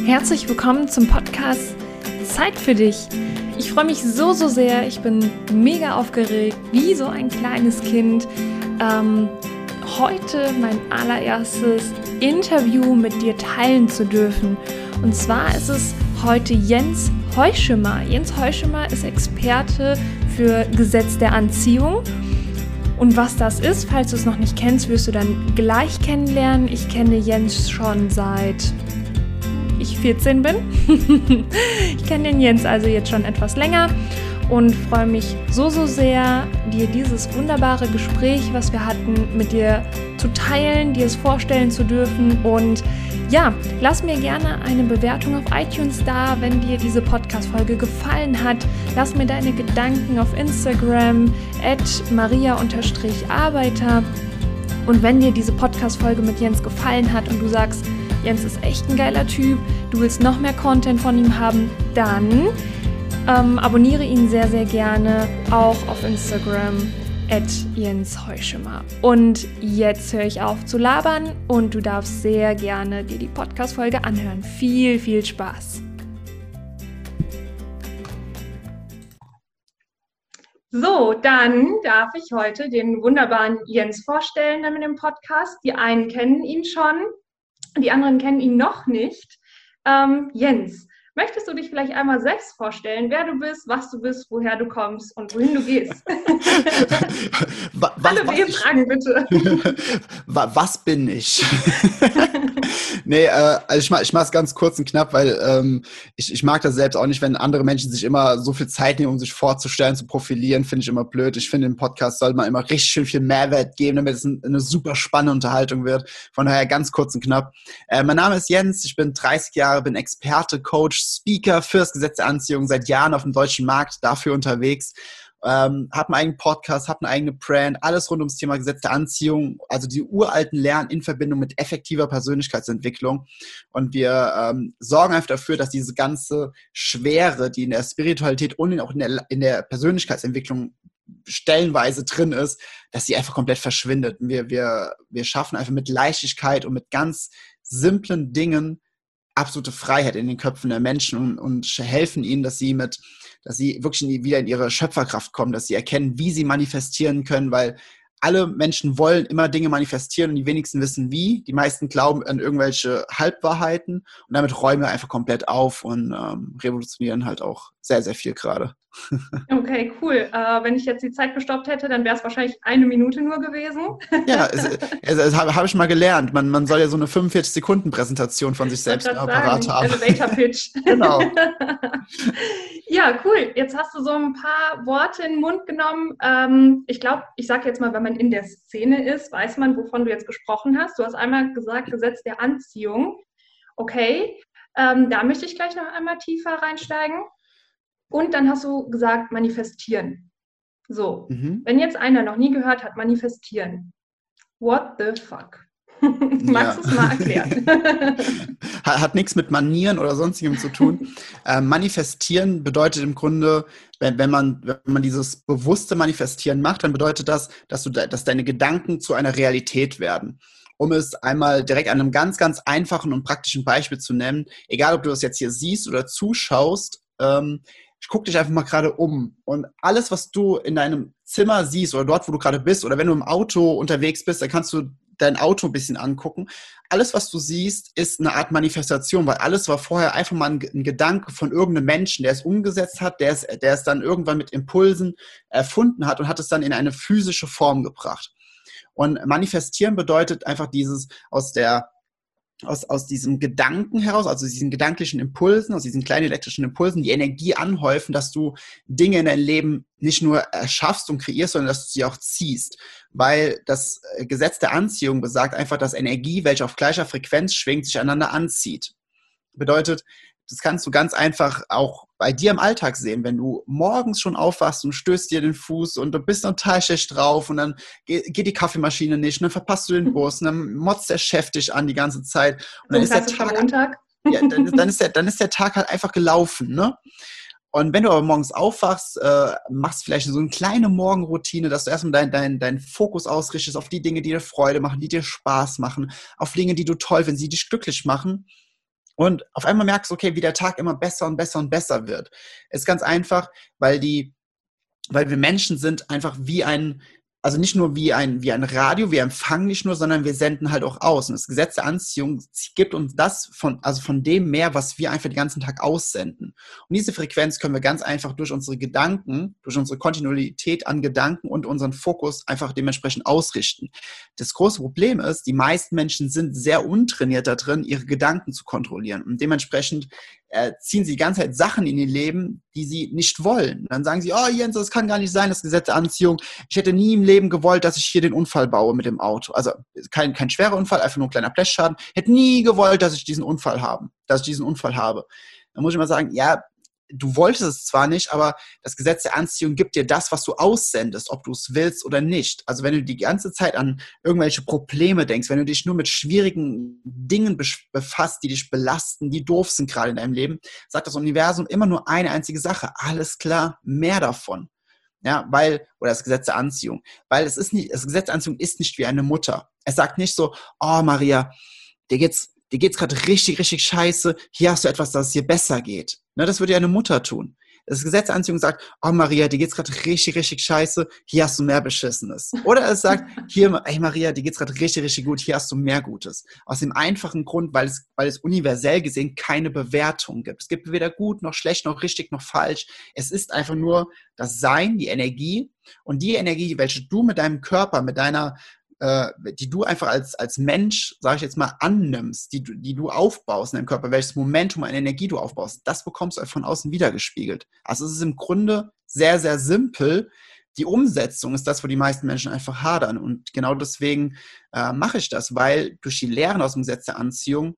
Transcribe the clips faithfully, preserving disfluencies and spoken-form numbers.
Herzlich willkommen zum Podcast Zeit für dich. Ich freue mich so, so sehr. Ich bin mega aufgeregt, wie so ein kleines Kind. Ähm, heute mein allererstes Interview mit dir teilen zu dürfen. Und zwar ist es heute Jens Heuschimmer. Jens Heuschimmer ist Experte für Gesetz der Anziehung. Und was das ist, falls du es noch nicht kennst, wirst du dann gleich kennenlernen. Ich kenne Jens schon seit ich vierzehn bin. Ich kenne den Jens also jetzt schon etwas länger und freue mich so, so sehr, dir dieses wunderbare Gespräch, was wir hatten, mit dir zu teilen, dir es vorstellen zu dürfen. Und ja, lass mir gerne eine Bewertung auf iTunes da, wenn dir diese Podcast-Folge gefallen hat. Lass mir deine Gedanken auf Instagram at maria Arbeiter. Und wenn dir diese Podcast-Folge mit Jens gefallen hat und du sagst, Jens ist echt ein geiler Typ, du willst noch mehr Content von ihm haben, dann ähm, abonniere ihn sehr, sehr gerne auch auf Instagram at Jens Heuschimmer. Und jetzt höre ich auf zu labern und du darfst sehr gerne dir die Podcast-Folge anhören. Viel, viel Spaß! So, dann darf ich heute den wunderbaren Jens vorstellen mit dem Podcast. Die einen kennen ihn schon, die anderen kennen ihn noch nicht. Ähm, Jens, möchtest du dich vielleicht einmal selbst vorstellen, wer du bist, was du bist, woher du kommst und wohin du gehst? was, Alle B-Fragen bitte. Was bin ich? Nee, äh, also ich mache ich es ganz kurz und knapp, weil ähm, ich, ich mag das selbst auch nicht, wenn andere Menschen sich immer so viel Zeit nehmen, um sich vorzustellen, zu profilieren, finde ich immer blöd. Ich finde, im Podcast sollte man immer richtig schön viel Mehrwert geben, damit es ein, eine super spannende Unterhaltung wird. Von daher ganz kurz und knapp. Äh, mein Name ist Jens, ich bin dreißig Jahre, bin Experte, Coach, Speaker für das Gesetz der Anziehung, seit Jahren auf dem deutschen Markt, dafür unterwegs. Ähm, habe einen eigenen Podcast, habe eine eigene Brand, alles rund ums Thema Gesetz der Anziehung, also die uralten Lernen in Verbindung mit effektiver Persönlichkeitsentwicklung. Und wir ähm, sorgen einfach dafür, dass diese ganze Schwere, die in der Spiritualität und auch in der, in der Persönlichkeitsentwicklung stellenweise drin ist, dass sie einfach komplett verschwindet. Und wir, wir, wir schaffen einfach mit Leichtigkeit und mit ganz simplen Dingen absolute Freiheit in den Köpfen der Menschen und, und helfen ihnen, dass sie mit dass sie wirklich in die, wieder in ihre Schöpferkraft kommen, dass sie erkennen, wie sie manifestieren können, weil alle Menschen wollen immer Dinge manifestieren und die wenigsten wissen wie. Die meisten glauben an irgendwelche Halbwahrheiten und damit räumen wir einfach komplett auf und ähm, revolutionieren halt auch sehr, sehr viel gerade. Okay, cool. Äh, wenn ich jetzt die Zeit gestoppt hätte, dann wäre es wahrscheinlich eine Minute nur gewesen. Ja, es, es, es habe hab ich mal gelernt. Man, man soll ja so eine fünfundvierzig-Sekunden-Präsentation von sich selbst im Apparat haben. Elevator-Pitch. Genau. Ja, cool. Jetzt hast du so ein paar Worte in den Mund genommen. Ähm, ich glaube, ich sage jetzt mal, wenn man in der Szene ist, weiß man, wovon du jetzt gesprochen hast. Du hast einmal gesagt, Gesetz der Anziehung. Okay, ähm, da möchte ich gleich noch einmal tiefer reinsteigen. Und dann hast du gesagt, manifestieren. So, mhm. Wenn jetzt einer noch nie gehört hat, manifestieren. What the fuck? Magst du es mal erklären? hat, hat nichts mit Manieren oder sonstigem zu tun. äh, manifestieren bedeutet im Grunde, wenn, wenn, man, wenn man dieses bewusste Manifestieren macht, dann bedeutet das, dass, du, dass deine Gedanken zu einer Realität werden. Um es einmal direkt an einem ganz, ganz einfachen und praktischen Beispiel zu nennen, egal ob du das jetzt hier siehst oder zuschaust, ähm, ich guck dich einfach mal gerade um und alles, was du in deinem Zimmer siehst oder dort, wo du gerade bist oder wenn du im Auto unterwegs bist, dann kannst du dein Auto ein bisschen angucken. Alles, was du siehst, ist eine Art Manifestation, weil alles war vorher einfach mal ein, ein Gedanke von irgendeinem Menschen, der es umgesetzt hat, der es, der es dann irgendwann mit Impulsen erfunden hat und hat es dann in eine physische Form gebracht. Und manifestieren bedeutet einfach dieses aus der Aus, aus diesem Gedanken heraus, also diesen gedanklichen Impulsen, aus diesen kleinen elektrischen Impulsen, die Energie anhäufen, dass du Dinge in dein Leben nicht nur erschaffst und kreierst, sondern dass du sie auch ziehst. Weil das Gesetz der Anziehung besagt einfach, dass Energie, welche auf gleicher Frequenz schwingt, sich einander anzieht. Bedeutet, das kannst du ganz einfach auch bei dir im Alltag sehen, wenn du morgens schon aufwachst und stößt dir den Fuß und du bist total schlecht drauf und dann geht, geht die Kaffeemaschine nicht und dann verpasst du den Bus und dann motzt der Chef dich an die ganze Zeit. Und dann, ist der, Tag, Montag. Ja, dann, dann, ist der, dann ist der Tag halt einfach gelaufen, ne? Und wenn du aber morgens aufwachst, äh, machst vielleicht so eine kleine Morgenroutine, dass du erstmal deinen dein, dein Fokus ausrichtest auf die Dinge, die dir Freude machen, die dir Spaß machen, auf Dinge, die du toll findest, die dich glücklich machen. Und auf einmal merkst du, okay, wie der Tag immer besser und besser und besser wird. Ist ganz einfach, weil die, weil wir Menschen sind einfach wie ein, also nicht nur wie ein, wie ein Radio, wir empfangen nicht nur, sondern wir senden halt auch aus. Und das Gesetz der Anziehung gibt uns das von, also von dem mehr, was wir einfach den ganzen Tag aussenden. Und diese Frequenz können wir ganz einfach durch unsere Gedanken, durch unsere Kontinuität an Gedanken und unseren Fokus einfach dementsprechend ausrichten. Das große Problem ist, die meisten Menschen sind sehr untrainiert da drin, ihre Gedanken zu kontrollieren. Und dementsprechend äh, ziehen sie die ganze Zeit Sachen in ihr Leben, die sie nicht wollen. Und dann sagen sie, oh Jens, das kann gar nicht sein, das Gesetz der Anziehung. Ich hätte nie im Leben gewollt, dass ich hier den Unfall baue mit dem Auto. Also kein, kein schwerer Unfall, einfach nur ein kleiner Blechschaden. Hätte nie gewollt, dass ich diesen Unfall habe, dass ich diesen Unfall habe. Dann muss ich mal sagen, ja, du wolltest es zwar nicht, aber das Gesetz der Anziehung gibt dir das, was du aussendest, ob du es willst oder nicht. Also wenn du die ganze Zeit an irgendwelche Probleme denkst, wenn du dich nur mit schwierigen Dingen befasst, die dich belasten, die doof sind gerade in deinem Leben, sagt das Universum immer nur eine einzige Sache. Alles klar, mehr davon. Ja, weil, oder das Gesetz der Anziehung. Weil es ist nicht, das Gesetz der Anziehung ist nicht wie eine Mutter. Es sagt nicht so, oh Maria, dir geht's dir geht's gerade richtig, richtig scheiße, hier hast du etwas, dass es dir besser geht. Ne, das würde ja eine Mutter tun. Das Gesetz der Anziehung sagt, oh Maria, dir geht's gerade richtig, richtig scheiße, hier hast du mehr Beschissenes. Oder es sagt, hier, ey Maria, dir geht's gerade richtig, richtig gut, hier hast du mehr Gutes. Aus dem einfachen Grund, weil es, weil es universell gesehen keine Bewertung gibt. Es gibt weder gut, noch schlecht, noch richtig, noch falsch. Es ist einfach nur das Sein, die Energie und die Energie, welche du mit deinem Körper, mit deiner die du einfach als, als Mensch, sage ich jetzt mal, annimmst, die du, die du aufbaust in deinem Körper, welches Momentum an Energie du aufbaust, das bekommst du von außen wiedergespiegelt. Also es ist im Grunde sehr, sehr simpel. Die Umsetzung ist das, wo die meisten Menschen einfach hadern. Und genau deswegen äh, mache ich das, weil durch die Lehren aus dem Gesetz der Anziehung,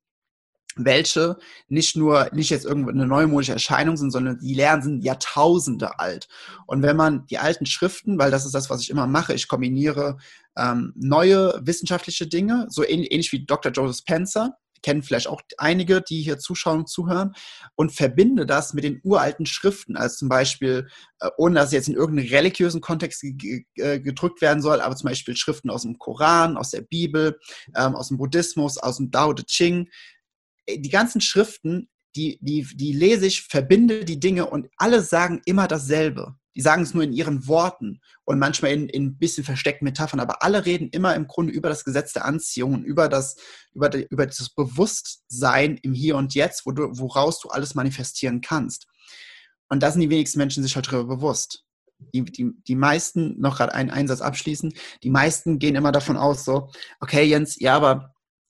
welche nicht nur, nicht jetzt irgendwo eine neumodische Erscheinung sind, sondern die Lehren sind Jahrtausende alt. Und wenn man die alten Schriften, weil das ist das, was ich immer mache, ich kombiniere ähm, neue wissenschaftliche Dinge, so ähnlich, ähnlich wie Doktor Joseph Spencer, kennen vielleicht auch einige, die hier zuschauen und zuhören, und verbinde das mit den uralten Schriften, als zum Beispiel, äh, ohne dass es jetzt in irgendeinen religiösen Kontext g- g- gedrückt werden soll, aber zum Beispiel Schriften aus dem Koran, aus der Bibel, ähm, aus dem Buddhismus, aus dem Tao Te Ching. Die ganzen Schriften, die, die, die lese ich, verbinde die Dinge und alle sagen immer dasselbe. Die sagen es nur in ihren Worten und manchmal in, in ein bisschen versteckten Metaphern, aber alle reden immer im Grunde über das Gesetz der Anziehung und über das, über, die, über das Bewusstsein im Hier und Jetzt, wo du, woraus du alles manifestieren kannst. Und da sind die wenigsten Menschen sich halt darüber bewusst. Die, die, die meisten, noch gerade einen Einsatz abschließen, die meisten gehen immer davon aus, so, okay Jens, ja, aber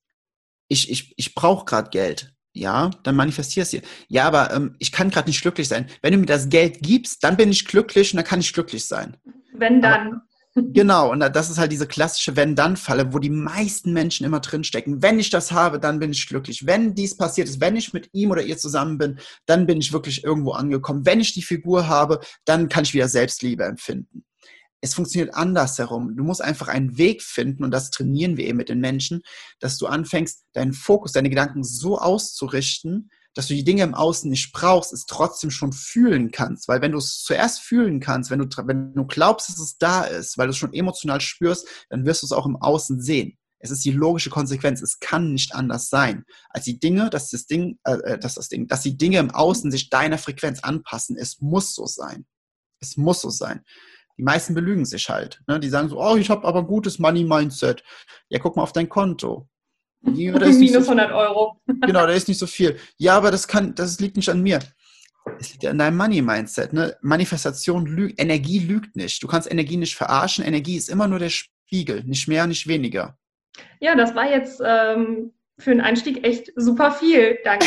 ich, ich, ich brauche gerade Geld. Ja, dann manifestierst du. Ja, aber ähm, ich kann gerade nicht glücklich sein. Wenn du mir das Geld gibst, dann bin ich glücklich und dann kann ich glücklich sein. Wenn dann. Aber, genau, und das ist halt diese klassische Wenn-Dann-Falle, wo die meisten Menschen immer drinstecken. Wenn ich das habe, dann bin ich glücklich. Wenn dies passiert ist, wenn ich mit ihm oder ihr zusammen bin, dann bin ich wirklich irgendwo angekommen. Wenn ich die Figur habe, dann kann ich wieder Selbstliebe empfinden. Es funktioniert andersherum. Du musst einfach einen Weg finden, und das trainieren wir eben mit den Menschen, dass du anfängst, deinen Fokus, deine Gedanken so auszurichten, dass du die Dinge im Außen nicht brauchst, es trotzdem schon fühlen kannst. Weil wenn du es zuerst fühlen kannst, wenn du, wenn du glaubst, dass es da ist, weil du es schon emotional spürst, dann wirst du es auch im Außen sehen. Es ist die logische Konsequenz. Es kann nicht anders sein, als die Dinge, dass das Ding, äh, dass das Ding, dass die Dinge im Außen sich deiner Frequenz anpassen. Es muss so sein. Es muss so sein. Die meisten belügen sich halt. Ne? Die sagen so, oh, ich habe aber ein gutes Money-Mindset. Ja, guck mal auf dein Konto. Ja, da ist nicht Minus so, hundert Euro. genau, da ist nicht so viel. Ja, aber das kann, das liegt nicht an mir. Es liegt ja an deinem Money-Mindset. Ne? Manifestation lügt, Energie lügt nicht. Du kannst Energie nicht verarschen. Energie ist immer nur der Spiegel, nicht mehr, nicht weniger. Ja, das war jetzt ähm, für einen Einstieg echt super viel. Danke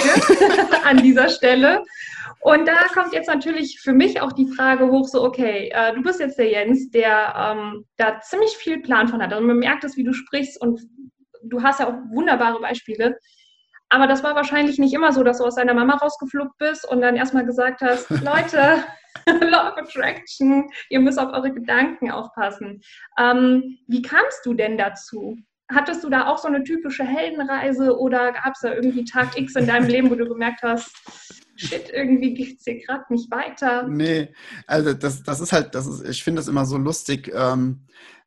an dieser Stelle. Und da kommt jetzt natürlich für mich auch die Frage hoch, so okay, äh, du bist jetzt der Jens, der ähm, da ziemlich viel Plan von hat. Also man merkt es, wie du sprichst, und du hast ja auch wunderbare Beispiele. Aber das war wahrscheinlich nicht immer so, dass du aus deiner Mama rausgefluppt bist und dann erstmal gesagt hast, Leute, Law of Attraction, ihr müsst auf eure Gedanken aufpassen. Ähm, wie kamst du denn dazu? Hattest du da auch so eine typische Heldenreise oder gab es da irgendwie Tag X in deinem Leben, wo du gemerkt hast, shit, irgendwie geht es hier gerade nicht weiter? Nee, also das, das ist halt, das ist, ich finde das immer so lustig. Ähm,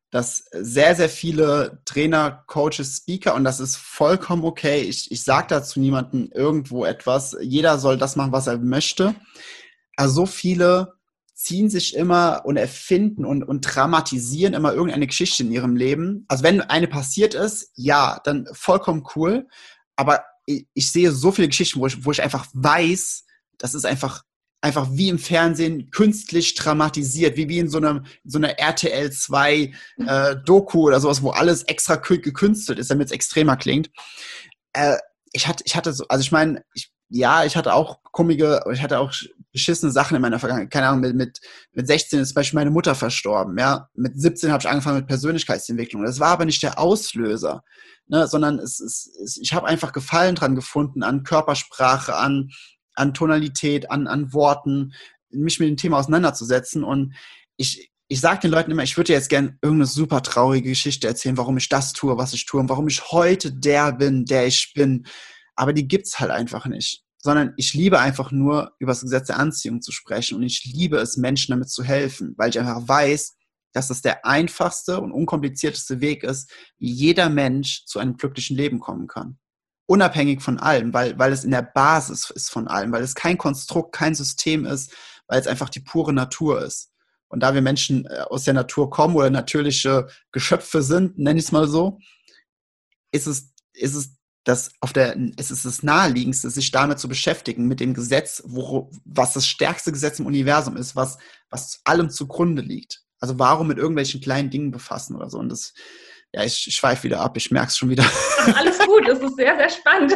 dass sehr, sehr viele Trainer, Coaches, Speaker, und das ist vollkommen okay, ich, ich sage dazu niemandem irgendwo etwas, jeder soll das machen, was er möchte, aber so viele ziehen sich immer und erfinden und, und dramatisieren immer irgendeine Geschichte in ihrem Leben. Also wenn eine passiert ist, ja, dann vollkommen cool, aber ich, ich sehe so viele Geschichten, wo ich, wo ich einfach weiß, das ist einfach einfach wie im Fernsehen künstlich dramatisiert, wie, wie in so einer, so einer R T L zwei äh, Doku oder sowas, wo alles extra gekünstelt ist, damit es extremer klingt. Äh, ich hatte, ich hatte so, also ich meine, ich, ja, ich hatte auch komische, ich hatte auch beschissene Sachen in meiner Vergangenheit. Keine Ahnung, mit, mit, mit sechzehn ist zum Beispiel meine Mutter verstorben, ja. Mit siebzehn habe ich angefangen mit Persönlichkeitsentwicklung. Das war aber nicht der Auslöser, ne, sondern es, es, es, ich habe einfach Gefallen dran gefunden an Körpersprache, an an Tonalität, an, an Worten, mich mit dem Thema auseinanderzusetzen. Und ich, ich sage den Leuten immer, ich würde jetzt gerne irgendeine super traurige Geschichte erzählen, warum ich das tue, was ich tue und warum ich heute der bin, der ich bin. Aber die gibt's halt einfach nicht. Sondern ich liebe einfach nur, über das Gesetz der Anziehung zu sprechen. Und ich liebe es, Menschen damit zu helfen, weil ich einfach weiß, dass das der einfachste und unkomplizierteste Weg ist, wie jeder Mensch zu einem glücklichen Leben kommen kann. Unabhängig von allem, weil, weil es in der Basis ist von allem, weil es kein Konstrukt, kein System ist, weil es einfach die pure Natur ist. Und da wir Menschen aus der Natur kommen oder natürliche Geschöpfe sind, nenne ich es mal so, ist es, ist es das auf der, es ist das Naheliegendste, sich damit zu beschäftigen, mit dem Gesetz, wo, was das stärkste Gesetz im Universum ist, was, was allem zugrunde liegt. Also warum mit irgendwelchen kleinen Dingen befassen oder so. Und das, ja, ich schweife wieder ab, ich merke es schon wieder. Ach, alles gut, es ist sehr, sehr spannend.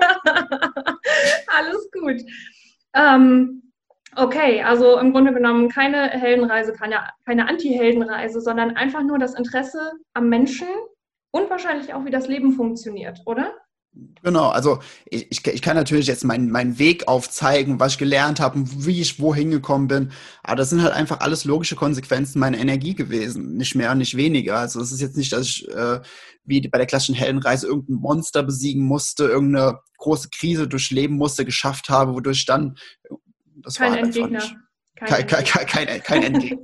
Alles gut. Ähm, okay, also im Grunde genommen keine Heldenreise, keine, keine Anti-Heldenreise, sondern einfach nur das Interesse am Menschen und wahrscheinlich auch, wie das Leben funktioniert, oder? Genau, also ich, ich, ich kann natürlich jetzt meinen, meinen Weg aufzeigen, was ich gelernt habe und wie ich wohin gekommen bin, aber das sind halt einfach alles logische Konsequenzen meiner Energie gewesen, nicht mehr, nicht weniger. Also es ist jetzt nicht, dass ich äh, wie bei der klassischen Heldenreise irgendein Monster besiegen musste, irgendeine große Krise durchleben musste, geschafft habe, wodurch ich dann, das kein war halt Endgegner. Nicht, Kein, kein, kein, kein, kein Endgegner.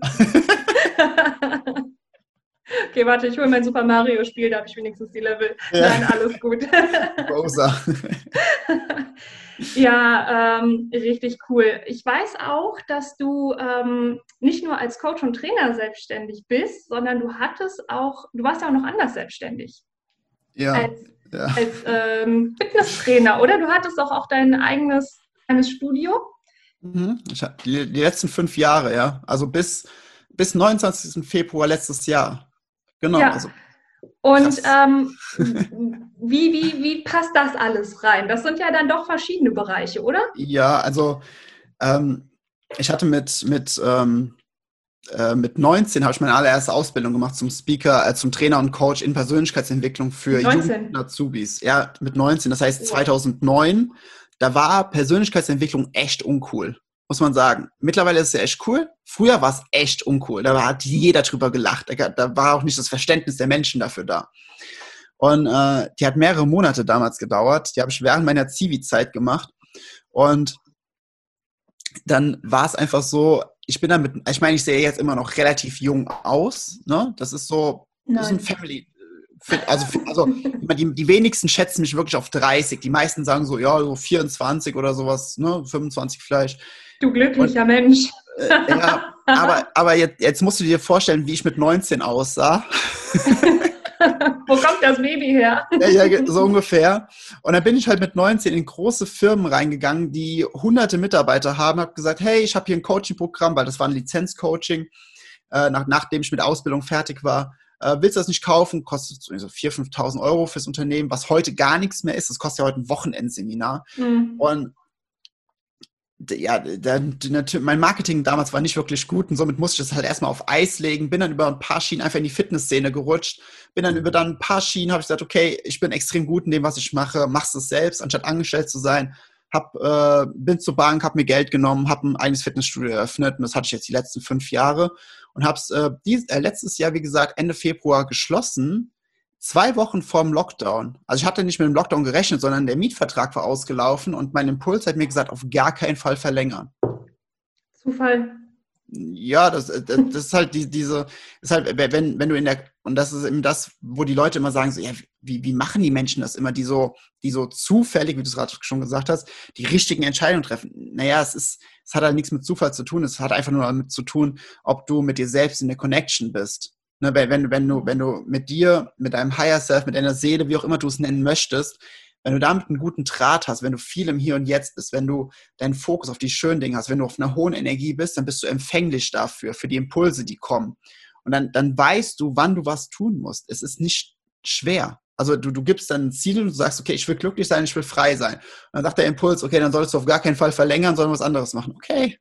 Okay, warte, ich hole mein Super Mario-Spiel, da habe ich wenigstens die Level. Ja. Nein, alles gut. Bowser. Ja, ähm, richtig cool. Ich weiß auch, dass du ähm, nicht nur als Coach und Trainer selbstständig bist, sondern du hattest auch, du warst ja auch noch anders selbstständig. Ja. Als, ja. als ähm, Fitnesstrainer, oder? Du hattest auch, auch dein eigenes, eigenes Studio? Mhm. Ich hab die, die letzten fünf Jahre, ja. Also bis, bis neunundzwanzigsten Februar letztes Jahr. Genau. Ja. Also, und ähm, wie, wie, wie passt das alles rein? Das sind ja dann doch verschiedene Bereiche, oder? Ja, also ähm, ich hatte mit, mit, ähm, äh, mit neunzehn habe ich meine allererste Ausbildung gemacht zum Speaker, äh, zum Trainer und Coach in Persönlichkeitsentwicklung für Jugend und Azubis. Ja, mit neunzehn, das heißt zweitausendneun, da war Persönlichkeitsentwicklung echt uncool. Muss man sagen. Mittlerweile ist es ja echt cool. Früher war es echt uncool. Da hat jeder drüber gelacht. Da, da war auch nicht das Verständnis der Menschen dafür da. Und äh, die hat mehrere Monate damals gedauert. Die habe ich während meiner Zivi-Zeit gemacht. Und dann war es einfach so, ich bin damit, ich meine, ich sehe jetzt immer noch relativ jung aus. Ne? Das ist so, das ist ein Family. Also, also die, die wenigsten schätzen mich wirklich auf dreißig. Die meisten sagen so, ja, so vierundzwanzig oder sowas, ne, fünfundzwanzig vielleicht. Du glücklicher und, Mensch. Äh, ja, aber, aber jetzt, jetzt musst du dir vorstellen, wie ich mit neunzehn aussah. Wo kommt das Baby her? Ja, ja, so ungefähr. Und dann bin ich halt mit neunzehn in große Firmen reingegangen, die hunderte Mitarbeiter haben, habe gesagt, hey, ich habe hier ein Coaching-Programm, weil das war ein Lizenzcoaching, äh, nach, nachdem ich mit der Ausbildung fertig war. Äh, willst du das nicht kaufen? Kostet so viertausend, fünftausend Euro fürs Unternehmen, was heute gar nichts mehr ist. Das kostet ja heute ein Wochenendseminar. Mhm. Und ja, der, der, mein Marketing damals war nicht wirklich gut und somit musste ich das halt erstmal auf Eis legen, bin dann über ein paar Schienen einfach in die Fitnessszene gerutscht, bin dann über dann ein paar Schienen, habe ich gesagt, okay, ich bin extrem gut in dem, was ich mache, mach's es selbst, anstatt angestellt zu sein, hab, äh, bin zur Bank, habe mir Geld genommen, habe ein eigenes Fitnessstudio eröffnet und das hatte ich jetzt die letzten fünf Jahre und habe es äh, äh, letztes Jahr, wie gesagt, Ende Februar geschlossen, zwei Wochen vorm Lockdown. Also ich hatte nicht mit dem Lockdown gerechnet, sondern der Mietvertrag war ausgelaufen und mein Impuls hat mir gesagt, auf gar keinen Fall verlängern. Zufall. Ja, das, das, das ist halt die, diese, ist halt, wenn, wenn du in der und das ist eben das, wo die Leute immer sagen, so, ja, wie, wie machen die Menschen das immer, die so, die so zufällig, wie du es gerade schon gesagt hast, die richtigen Entscheidungen treffen. Naja, es ist, es hat halt nichts mit Zufall zu tun, es hat einfach nur damit zu tun, ob du mit dir selbst in der Connection bist. Ne, wenn, wenn, wenn du, wenn du mit dir, mit deinem Higher Self, mit deiner Seele, wie auch immer du es nennen möchtest, wenn du damit einen guten Draht hast, wenn du viel im Hier und Jetzt bist, wenn du deinen Fokus auf die schönen Dinge hast, wenn du auf einer hohen Energie bist, dann bist du empfänglich dafür, für die Impulse, die kommen. Und dann, dann weißt du, wann du was tun musst. Es ist nicht schwer. Also du, du gibst dann ein Ziel und du sagst, okay, ich will glücklich sein, ich will frei sein. Und dann sagt der Impuls, okay, dann solltest du auf gar keinen Fall verlängern, sondern was anderes machen. Okay.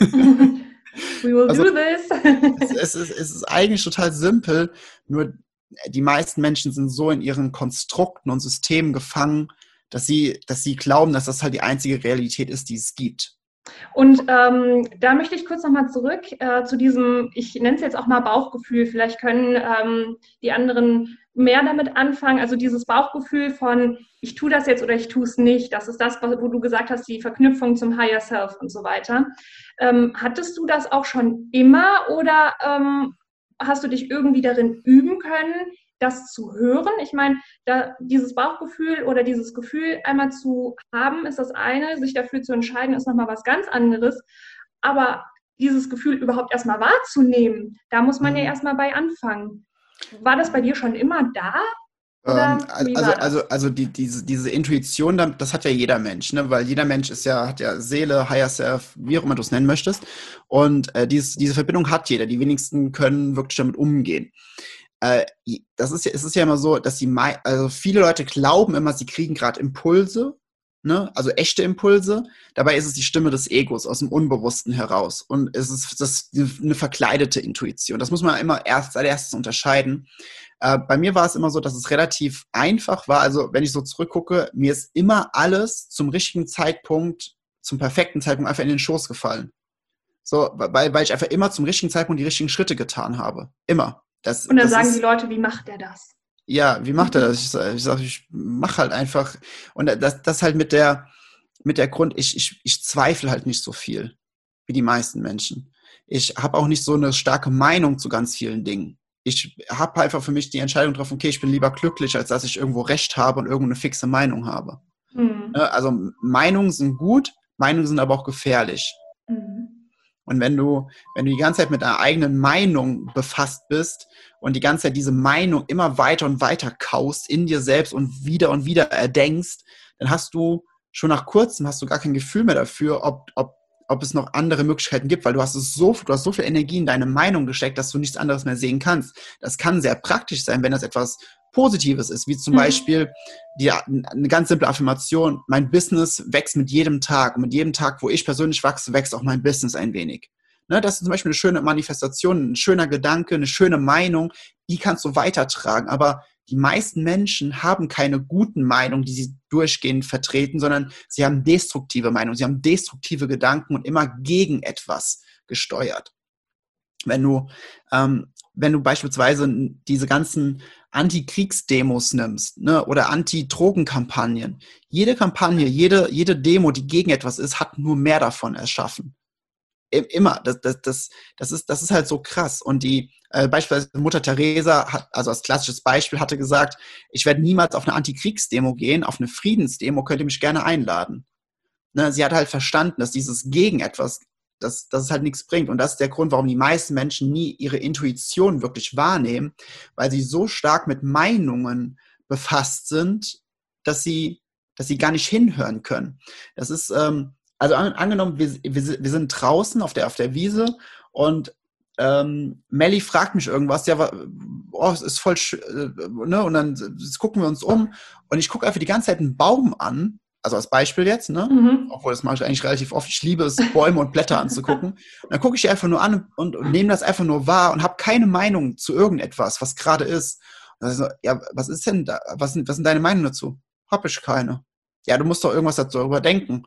We will also, do this. es, es, ist, es ist eigentlich total simpel, nur die meisten Menschen sind so in ihren Konstrukten und Systemen gefangen, dass sie, dass sie glauben, dass das halt die einzige Realität ist, die es gibt. Und ähm, da möchte ich kurz nochmal zurück äh, zu diesem, ich nenne es jetzt auch mal Bauchgefühl, vielleicht können ähm, die anderen mehr damit anfangen, also dieses Bauchgefühl von, ich tue das jetzt oder ich tue es nicht, das ist das, wo du gesagt hast, die Verknüpfung zum Higher Self und so weiter. Ähm, hattest du das auch schon immer oder ähm, hast du dich irgendwie darin üben können, das zu hören? Ich meine, da, dieses Bauchgefühl oder dieses Gefühl einmal zu haben, ist das eine, sich dafür zu entscheiden, ist nochmal was ganz anderes. Aber dieses Gefühl überhaupt erstmal wahrzunehmen, da muss man ja erstmal bei anfangen. War das bei dir schon immer da? Oder Ähm, wie also, war das? also, also die, diese, diese Intuition, das hat ja jeder Mensch, ne? Weil jeder Mensch ist ja, hat ja Seele, Higher Self, wie auch immer du es nennen möchtest. Und äh, dieses, diese Verbindung hat jeder. Die wenigsten können wirklich damit umgehen. Äh, das ist ja, es ist ja immer so, dass sie, also viele Leute glauben immer, sie kriegen gerade Impulse, ne? Also echte Impulse. Dabei ist es die Stimme des Egos aus dem Unbewussten heraus. Und es ist das ist eine verkleidete Intuition. Das muss man immer erst als erstes unterscheiden. Äh, bei mir war es immer so, dass es relativ einfach war. Also wenn ich so zurückgucke, mir ist immer alles zum richtigen Zeitpunkt, zum perfekten Zeitpunkt einfach in den Schoß gefallen. So, weil, weil ich einfach immer zum richtigen Zeitpunkt die richtigen Schritte getan habe. Immer. Das, Und dann das sagen ist, die Leute, wie macht der das? Ja, wie macht er das? Ich sage, ich, sag, ich mache halt einfach. Und das, das halt mit der, mit der Grund, ich, ich, ich zweifle halt nicht so viel wie die meisten Menschen. Ich habe auch nicht so eine starke Meinung zu ganz vielen Dingen. Ich habe einfach für mich die Entscheidung getroffen, okay, ich bin lieber glücklich, als dass ich irgendwo Recht habe und irgendwo eine fixe Meinung habe. Hm. Also Meinungen sind gut, Meinungen sind aber auch gefährlich. Hm. Und wenn du, wenn du die ganze Zeit mit einer eigenen Meinung befasst bist und die ganze Zeit diese Meinung immer weiter und weiter kaust in dir selbst und wieder und wieder erdenkst, dann hast du schon nach kurzem hast du gar kein Gefühl mehr dafür, ob, ob, ob es noch andere Möglichkeiten gibt, weil du hast es so, du hast so viel Energie in deine Meinung gesteckt, dass du nichts anderes mehr sehen kannst. Das kann sehr praktisch sein, wenn das etwas Positives ist, wie zum Mhm. Beispiel die, eine ganz simple Affirmation, mein Business wächst mit jedem Tag und mit jedem Tag, wo ich persönlich wachse, wächst auch mein Business ein wenig. Ne, das ist zum Beispiel eine schöne Manifestation, ein schöner Gedanke, eine schöne Meinung, die kannst du weitertragen, aber die meisten Menschen haben keine guten Meinungen, die sie durchgehend vertreten, sondern sie haben destruktive Meinungen, sie haben destruktive Gedanken und immer gegen etwas gesteuert. Wenn du, ähm, wenn du beispielsweise diese ganzen Anti-Kriegs-Demos nimmst, ne, oder Anti-Drogen-Kampagnen, jede Kampagne, jede, jede Demo, die gegen etwas ist, hat nur mehr davon erschaffen. Immer. Das, das, das, das, ist, das ist halt so krass. Und die, äh, beispielsweise Mutter Teresa, hat, also als klassisches Beispiel, hatte gesagt, ich werde niemals auf eine Anti-Kriegs-Demo gehen, auf eine Friedensdemo könnt ihr mich gerne einladen. Ne, sie hat halt verstanden, dass dieses gegen etwas, dass, dass es halt nichts bringt. Und das ist der Grund, warum die meisten Menschen nie ihre Intuition wirklich wahrnehmen, weil sie so stark mit Meinungen befasst sind, dass sie, dass sie gar nicht hinhören können. Das ist, ähm, also an, angenommen, wir, wir, wir sind draußen auf der, auf der Wiese und ähm, Melli fragt mich irgendwas, ja, oh, es ist voll, äh, ne, und dann gucken wir uns um und ich gucke einfach die ganze Zeit einen Baum an, also als Beispiel jetzt, ne? Mhm. Obwohl das mache ich eigentlich relativ oft. Ich liebe es, Bäume und Blätter anzugucken. Und dann gucke ich die einfach nur an und, und nehme das einfach nur wahr und habe keine Meinung zu irgendetwas, was gerade ist. Also, ja, was ist denn da? Was sind, was sind deine Meinungen dazu? Hab ich keine. Ja, du musst doch irgendwas darüber denken.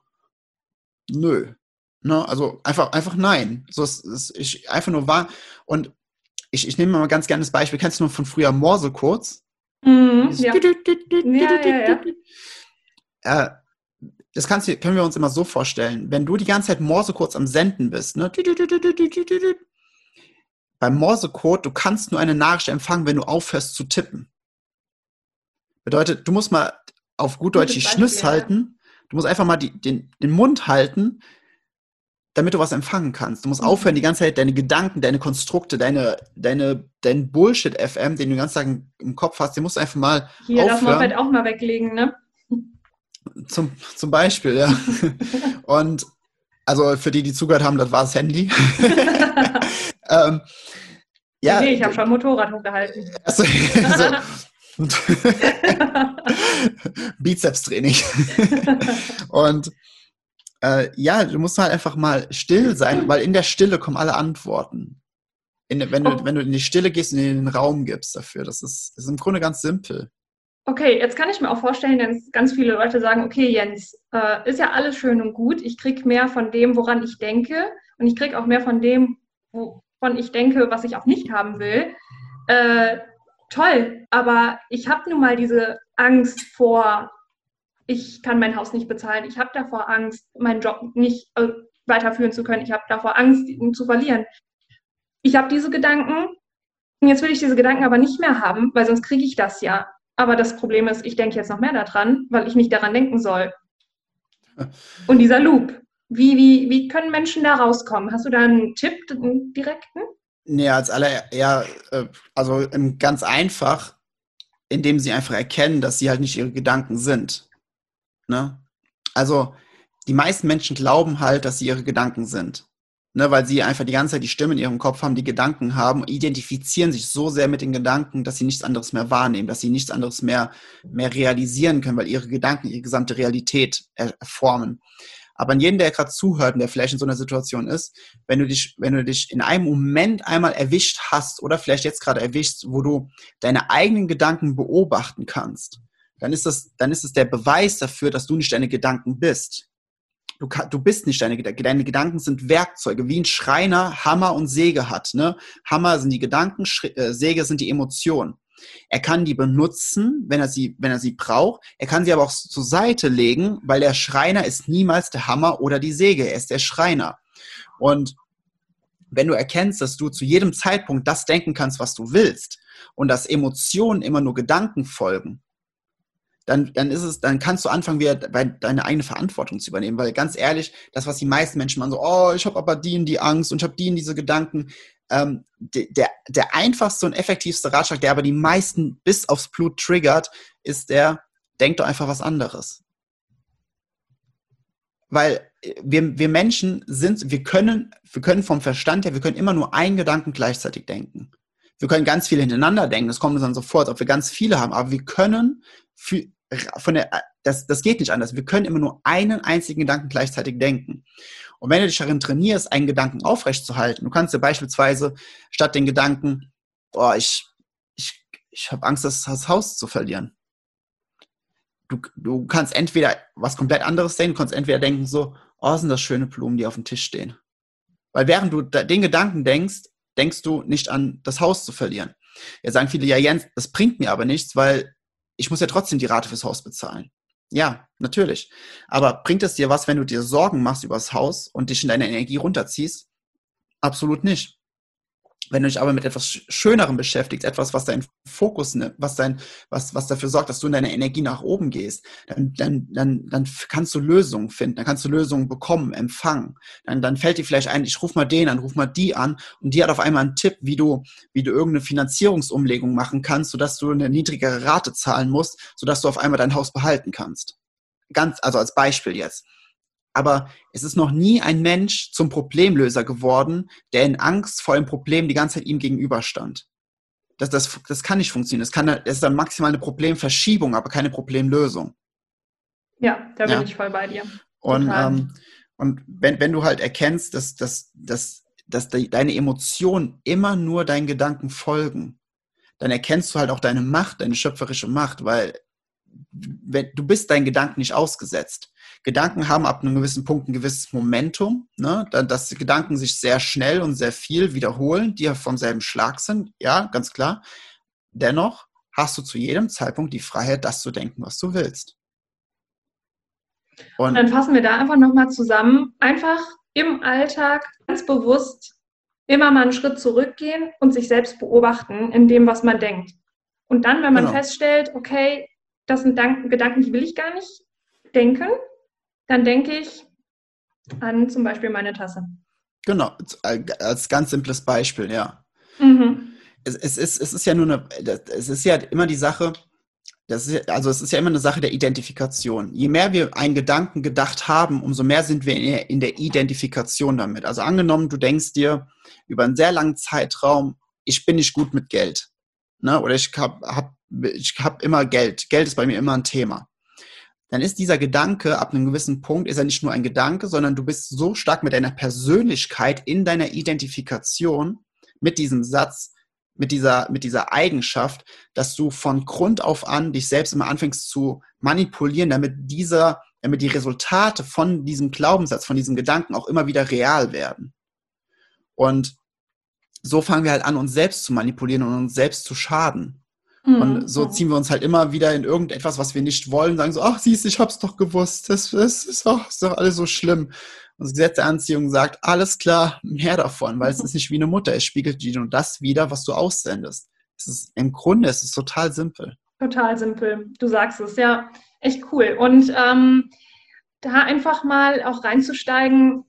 Nö. Ne? Also einfach, einfach nein. So ist, ist ich einfach nur wahr. Und ich, ich nehme mal ganz gerne das Beispiel. Kennst du nur von früher Morse kurz? Mhm, ja. Ja, ja, ja. Äh, Das kannst du, können wir uns immer so vorstellen, wenn du die ganze Zeit Morse kurz am Senden bist, ne? beim Morsecode, du kannst nur eine Nachricht empfangen, wenn du aufhörst zu tippen. Bedeutet, du musst mal auf gut Deutsch die Schnüss halten, du musst einfach mal die, den, den Mund halten, damit du was empfangen kannst. Du musst mhm. aufhören, die ganze Zeit deine Gedanken, deine Konstrukte, deine, deine, dein Bullshit-F M, den du den ganzen Tag im Kopf hast, den musst du einfach mal Hier, aufhören. das Moped auch mal weglegen, ne? Zum, zum Beispiel, ja. Und also für die, die zugehört haben, das war das Handy. ähm, ja, nee, ich habe schon Motorrad hochgehalten. Also, also, Bizeps-Training. Und äh, ja, du musst halt einfach mal still sein, weil in der Stille kommen alle Antworten. In, wenn, du, oh. wenn du in die Stille gehst und in den Raum gibst dafür. Das ist, das ist im Grunde ganz simpel. Okay, jetzt kann ich mir auch vorstellen, dass ganz viele Leute sagen, okay, Jens, äh, ist ja alles schön und gut. Ich kriege mehr von dem, woran ich denke. Und ich kriege auch mehr von dem, wovon ich denke, was ich auch nicht haben will. Äh, toll, aber ich habe nun mal diese Angst vor, ich kann mein Haus nicht bezahlen. Ich habe davor Angst, meinen Job nicht äh, weiterführen zu können. Ich habe davor Angst, ihn zu verlieren. Ich habe diese Gedanken und jetzt will ich diese Gedanken aber nicht mehr haben, weil sonst kriege ich das ja. Aber das Problem ist, ich denke jetzt noch mehr daran, weil ich nicht daran denken soll. Und dieser Loop, wie, wie, wie können Menschen da rauskommen? Hast du da einen Tipp, einen direkten? Nee, als aller, ja, also ganz einfach, indem sie einfach erkennen, dass sie halt nicht ihre Gedanken sind. Ne? Also die meisten Menschen glauben halt, dass sie ihre Gedanken sind. Ne, weil sie einfach die ganze Zeit die Stimme in ihrem Kopf haben, die Gedanken haben, identifizieren sich so sehr mit den Gedanken, dass sie nichts anderes mehr wahrnehmen, dass sie nichts anderes mehr, mehr realisieren können, weil ihre Gedanken ihre gesamte Realität formen. Aber an jeden, der gerade zuhört und der vielleicht in so einer Situation ist, wenn du dich, wenn du dich in einem Moment einmal erwischt hast oder vielleicht jetzt gerade erwischst, wo du deine eigenen Gedanken beobachten kannst, dann ist das, dann ist es der Beweis dafür, dass du nicht deine Gedanken bist. Du, du bist nicht deine Gedanken. Deine Gedanken sind Werkzeuge, wie ein Schreiner Hammer und Säge hat. Ne? Hammer sind die Gedanken, Säge sind die Emotionen. Er kann die benutzen, wenn er sie, wenn er sie braucht. Er kann sie aber auch zur Seite legen, weil der Schreiner ist niemals der Hammer oder die Säge. Er ist der Schreiner. Und wenn du erkennst, dass du zu jedem Zeitpunkt das denken kannst, was du willst, und dass Emotionen immer nur Gedanken folgen, Dann, dann ist es, dann kannst du anfangen, wieder deine eigene Verantwortung zu übernehmen. Weil ganz ehrlich, das, was die meisten Menschen machen, so, oh, ich habe aber die und die Angst und ich habe die und diese Gedanken. Ähm, der, der einfachste und effektivste Ratschlag, der aber die meisten bis aufs Blut triggert, ist der, denk doch einfach was anderes. Weil wir, wir Menschen sind, wir können, wir können vom Verstand her, wir können immer nur einen Gedanken gleichzeitig denken. Wir können ganz viele hintereinander denken, das kommt uns dann sofort, ob wir ganz viele haben, aber wir können für, von der, das, das geht nicht anders. Wir können immer nur einen einzigen Gedanken gleichzeitig denken. Und wenn du dich darin trainierst, einen Gedanken aufrechtzuerhalten, du kannst dir beispielsweise statt den Gedanken, oh, ich, ich, ich habe Angst, das, das Haus zu verlieren. Du, du kannst entweder was komplett anderes denken, du kannst entweder denken so, oh, sind das schöne Blumen, die auf dem Tisch stehen. Weil während du den Gedanken denkst, denkst du nicht an das Haus zu verlieren. Jetzt sagen viele, ja Jens, das bringt mir aber nichts, weil ich muss ja trotzdem die Rate fürs Haus bezahlen. Ja, natürlich. Aber bringt es dir was, wenn du dir Sorgen machst über das Haus und dich in deine Energie runterziehst? Absolut nicht. Wenn du dich aber mit etwas Schönerem beschäftigst, etwas, was deinen Fokus nimmt, was, dein, was, was dafür sorgt, dass du in deiner Energie nach oben gehst, dann, dann, dann, dann kannst du Lösungen finden, dann kannst du Lösungen bekommen, empfangen. Dann, dann fällt dir vielleicht ein, ich ruf mal den an, ruf mal die an und die hat auf einmal einen Tipp, wie du, wie du irgendeine Finanzierungsumlegung machen kannst, sodass du eine niedrigere Rate zahlen musst, sodass du auf einmal dein Haus behalten kannst. Ganz, also als Beispiel jetzt. Aber es ist noch nie ein Mensch zum Problemlöser geworden, der in Angst vor einem Problem die ganze Zeit ihm gegenüberstand. Das, das, das kann nicht funktionieren. Das, kann, das ist dann maximal eine Problemverschiebung, aber keine Problemlösung. Ja, da bin ja. ich voll bei dir. Und, ähm, und wenn, wenn du halt erkennst, dass, dass, dass, dass die, deine Emotionen immer nur deinen Gedanken folgen, dann erkennst du halt auch deine Macht, deine schöpferische Macht, weil wenn, du bist deinen Gedanken nicht ausgesetzt. Gedanken haben ab einem gewissen Punkt ein gewisses Momentum, ne? Dass die Gedanken sich sehr schnell und sehr viel wiederholen, die ja vom selben Schlag sind, ja, ganz klar. Dennoch hast du zu jedem Zeitpunkt die Freiheit, das zu denken, was du willst. Und, und dann fassen wir da einfach nochmal zusammen, einfach im Alltag ganz bewusst immer mal einen Schritt zurückgehen und sich selbst beobachten in dem, was man denkt. Und dann, wenn man Genau. feststellt, okay, das sind Dank- Gedanken, die will ich gar nicht denken, dann denke ich an zum Beispiel meine Tasse. Genau, als ganz simples Beispiel, ja. Mhm. Es, es, ist, es ist ja nur eine, es ist ja immer die Sache, das ist, ja- also es ist ja immer eine Sache der Identifikation. Je mehr wir einen Gedanken gedacht haben, umso mehr sind wir in der, in der Identifikation damit. Also angenommen, du denkst dir über einen sehr langen Zeitraum, ich bin nicht gut mit Geld. Ne? Oder ich habe hab, ich hab immer Geld. Geld ist bei mir immer ein Thema. Dann ist dieser Gedanke ab einem gewissen Punkt, ist er nicht nur ein Gedanke, sondern du bist so stark mit deiner Persönlichkeit in deiner Identifikation mit diesem Satz, mit dieser, mit dieser Eigenschaft, dass du von Grund auf an dich selbst immer anfängst zu manipulieren, damit dieser, damit die Resultate von diesem Glaubenssatz, von diesem Gedanken auch immer wieder real werden. Und so fangen wir halt an, uns selbst zu manipulieren und uns selbst zu schaden. Und so Mhm. ziehen wir uns halt immer wieder in irgendetwas, was wir nicht wollen, sagen so, ach siehst, ich hab's doch gewusst, das, das ist, doch, ist doch alles so schlimm. Und das Gesetz der Anziehung sagt, alles klar, mehr davon, weil es ist nicht wie eine Mutter, es spiegelt dir nur das wider, was du aussendest. Es ist, im Grunde ist es total simpel. Total simpel. Du sagst es, ja, echt cool. Und ähm, da einfach mal auch reinzusteigen,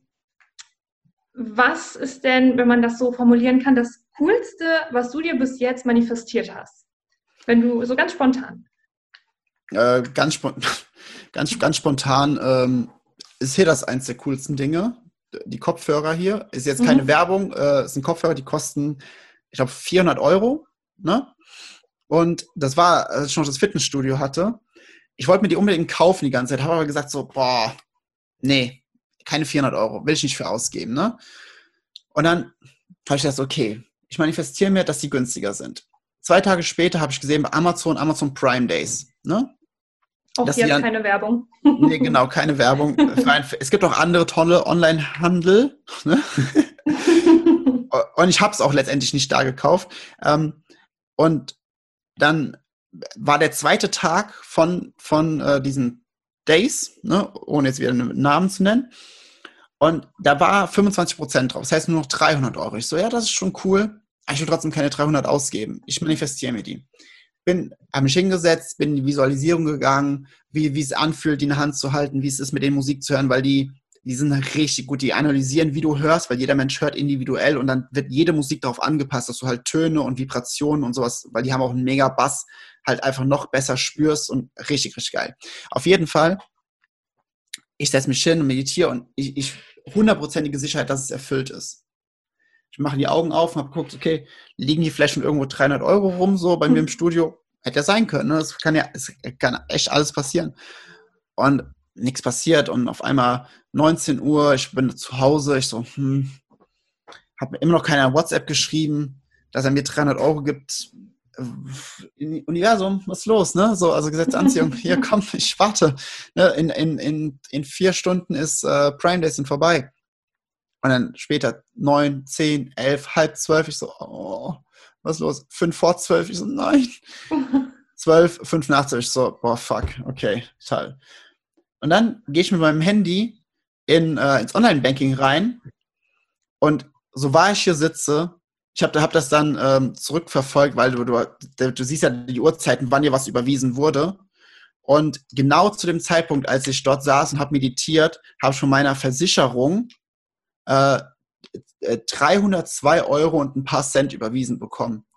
was ist denn, wenn man das so formulieren kann, das Coolste, was du dir bis jetzt manifestiert hast? Wenn du so ganz spontan. Äh, ganz, spon ganz, ganz spontan ähm, ist hier das eins der coolsten Dinge. Die Kopfhörer hier, ist jetzt keine Mhm. Werbung, äh, es sind Kopfhörer, die kosten, ich glaube, vierhundert Euro, ne? Und das war, als ich noch das Fitnessstudio hatte. Ich wollte mir die unbedingt kaufen die ganze Zeit, habe aber gesagt so, boah, nee, keine vierhundert Euro, will ich nicht für ausgeben, ne? Und dann habe ich gedacht, okay, ich manifestiere mir, dass die günstiger sind. Zwei Tage später habe ich gesehen bei Amazon, Amazon Prime Days, ne? Auch Dass die jetzt dann, keine Werbung. nee, genau, keine Werbung. Es gibt auch andere tolle Online-Handel, ne? Und ich habe es auch letztendlich nicht da gekauft. Ähm, und dann war der zweite Tag von, von äh, diesen Days, ne, ohne jetzt wieder einen Namen zu nennen. Und da war fünfundzwanzig Prozent drauf. Das heißt nur noch dreihundert Euro. Ich so, ja, das ist schon cool. Aber ich will trotzdem keine dreihundert ausgeben. Ich manifestiere mir die. Bin, habe mich hingesetzt, bin in die Visualisierung gegangen, wie, wie es anfühlt, die in der Hand zu halten, wie es ist, mit den Musik zu hören, weil die, die sind richtig gut. Die analysieren, wie du hörst, weil jeder Mensch hört individuell und dann wird jede Musik darauf angepasst, dass du halt Töne und Vibrationen und sowas, weil die haben auch einen mega Bass, halt einfach noch besser spürst und richtig, richtig geil. Auf jeden Fall, ich setze mich hin und meditiere und ich, ich hundertprozentige Sicherheit, dass es erfüllt ist. Ich mache die Augen auf und habe geguckt, okay, liegen die Flaschen irgendwo dreihundert Euro rum, so bei mir im Studio? Hätte ja sein können, ne? Das kann ja, es kann echt alles passieren. Und nichts passiert und auf einmal neunzehn Uhr, ich bin zu Hause, ich so, hm, habe mir immer noch keiner WhatsApp geschrieben, dass er mir dreihundert Euro gibt. Universum, was ist los, ne? So, also Gesetz der Anziehung, hier komm, ich warte. Ne? In, in, in, in vier Stunden ist äh, Prime Days sind vorbei. Und dann später neun, zehn, elf, halb zwölf, ich so, oh, was ist los? Fünf vor zwölf, ich so, nein. Zwölf, fünf nach zwölf, ich so, boah, fuck, okay, toll. Und dann gehe ich mit meinem Handy in, äh, ins Online-Banking rein und so wahr ich hier sitze, ich habe hab das dann ähm, zurückverfolgt, weil du, du, du siehst ja die Uhrzeiten, wann dir was überwiesen wurde. Und genau zu dem Zeitpunkt, als ich dort saß und habe meditiert, habe ich von meiner Versicherung äh, dreihundertzwei Euro und ein paar Cent überwiesen bekommen.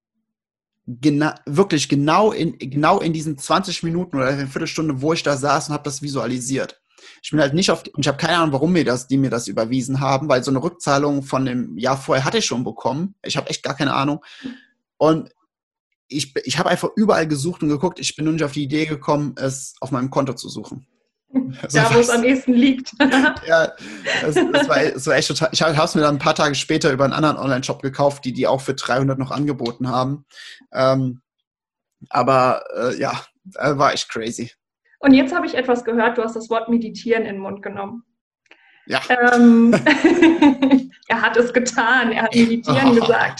Gena wirklich genau in, genau in diesen zwanzig Minuten oder eine Viertelstunde, wo ich da saß und habe das visualisiert. Ich bin halt nicht auf, und ich habe keine Ahnung, warum mir das, die mir das überwiesen haben, weil so eine Rückzahlung von dem Jahr vorher hatte ich schon bekommen. Ich habe echt gar keine Ahnung. Und ich, ich habe einfach überall gesucht und geguckt. Ich bin nur nicht auf die Idee gekommen, es auf meinem Konto zu suchen. Also da, wo es am ehesten liegt. Ja, das, das, war, das war echt total. Ich habe es mir dann ein paar Tage später über einen anderen Online-Shop gekauft, die die auch für dreihundert noch angeboten haben. Ähm, aber äh, ja, war echt crazy. Und jetzt habe ich etwas gehört, du hast das Wort meditieren in den Mund genommen. Ja. Ähm, er hat es getan, er hat meditieren oh. gesagt.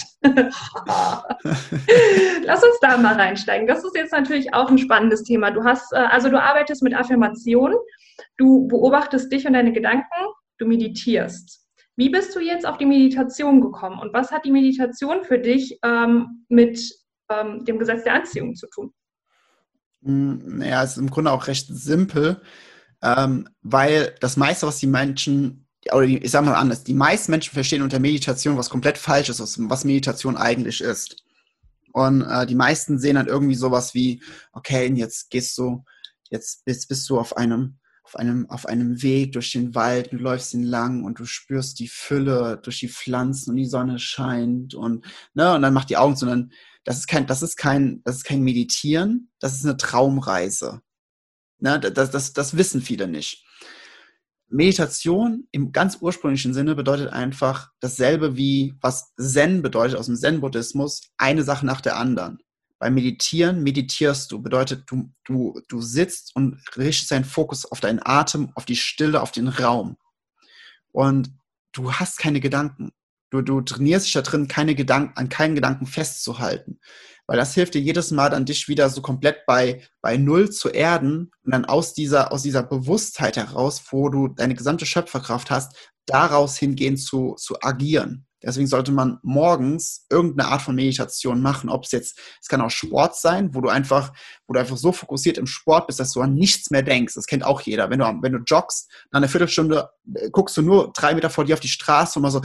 Lass uns da mal reinsteigen. Das ist jetzt natürlich auch ein spannendes Thema. Du hast, also du arbeitest mit Affirmationen, du beobachtest dich und deine Gedanken, du meditierst. Wie bist du jetzt auf die Meditation gekommen und was hat die Meditation für dich ähm, mit ähm, dem Gesetz der Anziehung zu tun? Naja, es ist im Grunde auch recht simpel, ähm, weil das meiste, was die Menschen, oder die, ich sage mal anders, die meisten Menschen verstehen unter Meditation was komplett Falsches, was Meditation eigentlich ist. Und äh, die meisten sehen dann irgendwie sowas wie, okay, jetzt gehst du, jetzt bist, bist du auf einem, auf einem, auf einem Weg durch den Wald, du läufst ihn lang und du spürst die Fülle durch die Pflanzen und die Sonne scheint und, ne, und dann macht die Augen zu, und dann, das ist kein, das ist kein, das ist kein Meditieren, das ist eine Traumreise. Ne, das, das, das wissen viele nicht. Meditation im ganz ursprünglichen Sinne bedeutet einfach dasselbe wie, was Zen bedeutet aus dem Zen-Buddhismus, eine Sache nach der anderen. Beim Meditieren meditierst du, bedeutet du, du, du sitzt und richtest deinen Fokus auf deinen Atem, auf die Stille, auf den Raum. Und du hast keine Gedanken. Du, du trainierst dich da drin, keine Gedanken, an keinen Gedanken festzuhalten. Weil das hilft dir jedes Mal dann, dich wieder so komplett bei, bei Null zu erden und dann aus dieser, aus dieser Bewusstheit heraus, wo du deine gesamte Schöpferkraft hast, daraus hingehen zu, zu agieren. Deswegen sollte man morgens irgendeine Art von Meditation machen, ob es jetzt, es kann auch Sport sein, wo du einfach, wo du einfach so fokussiert im Sport bist, dass du an nichts mehr denkst. Das kennt auch jeder. Wenn du, wenn du joggst, nach einer Viertelstunde guckst du nur drei Meter vor dir auf die Straße und mal so,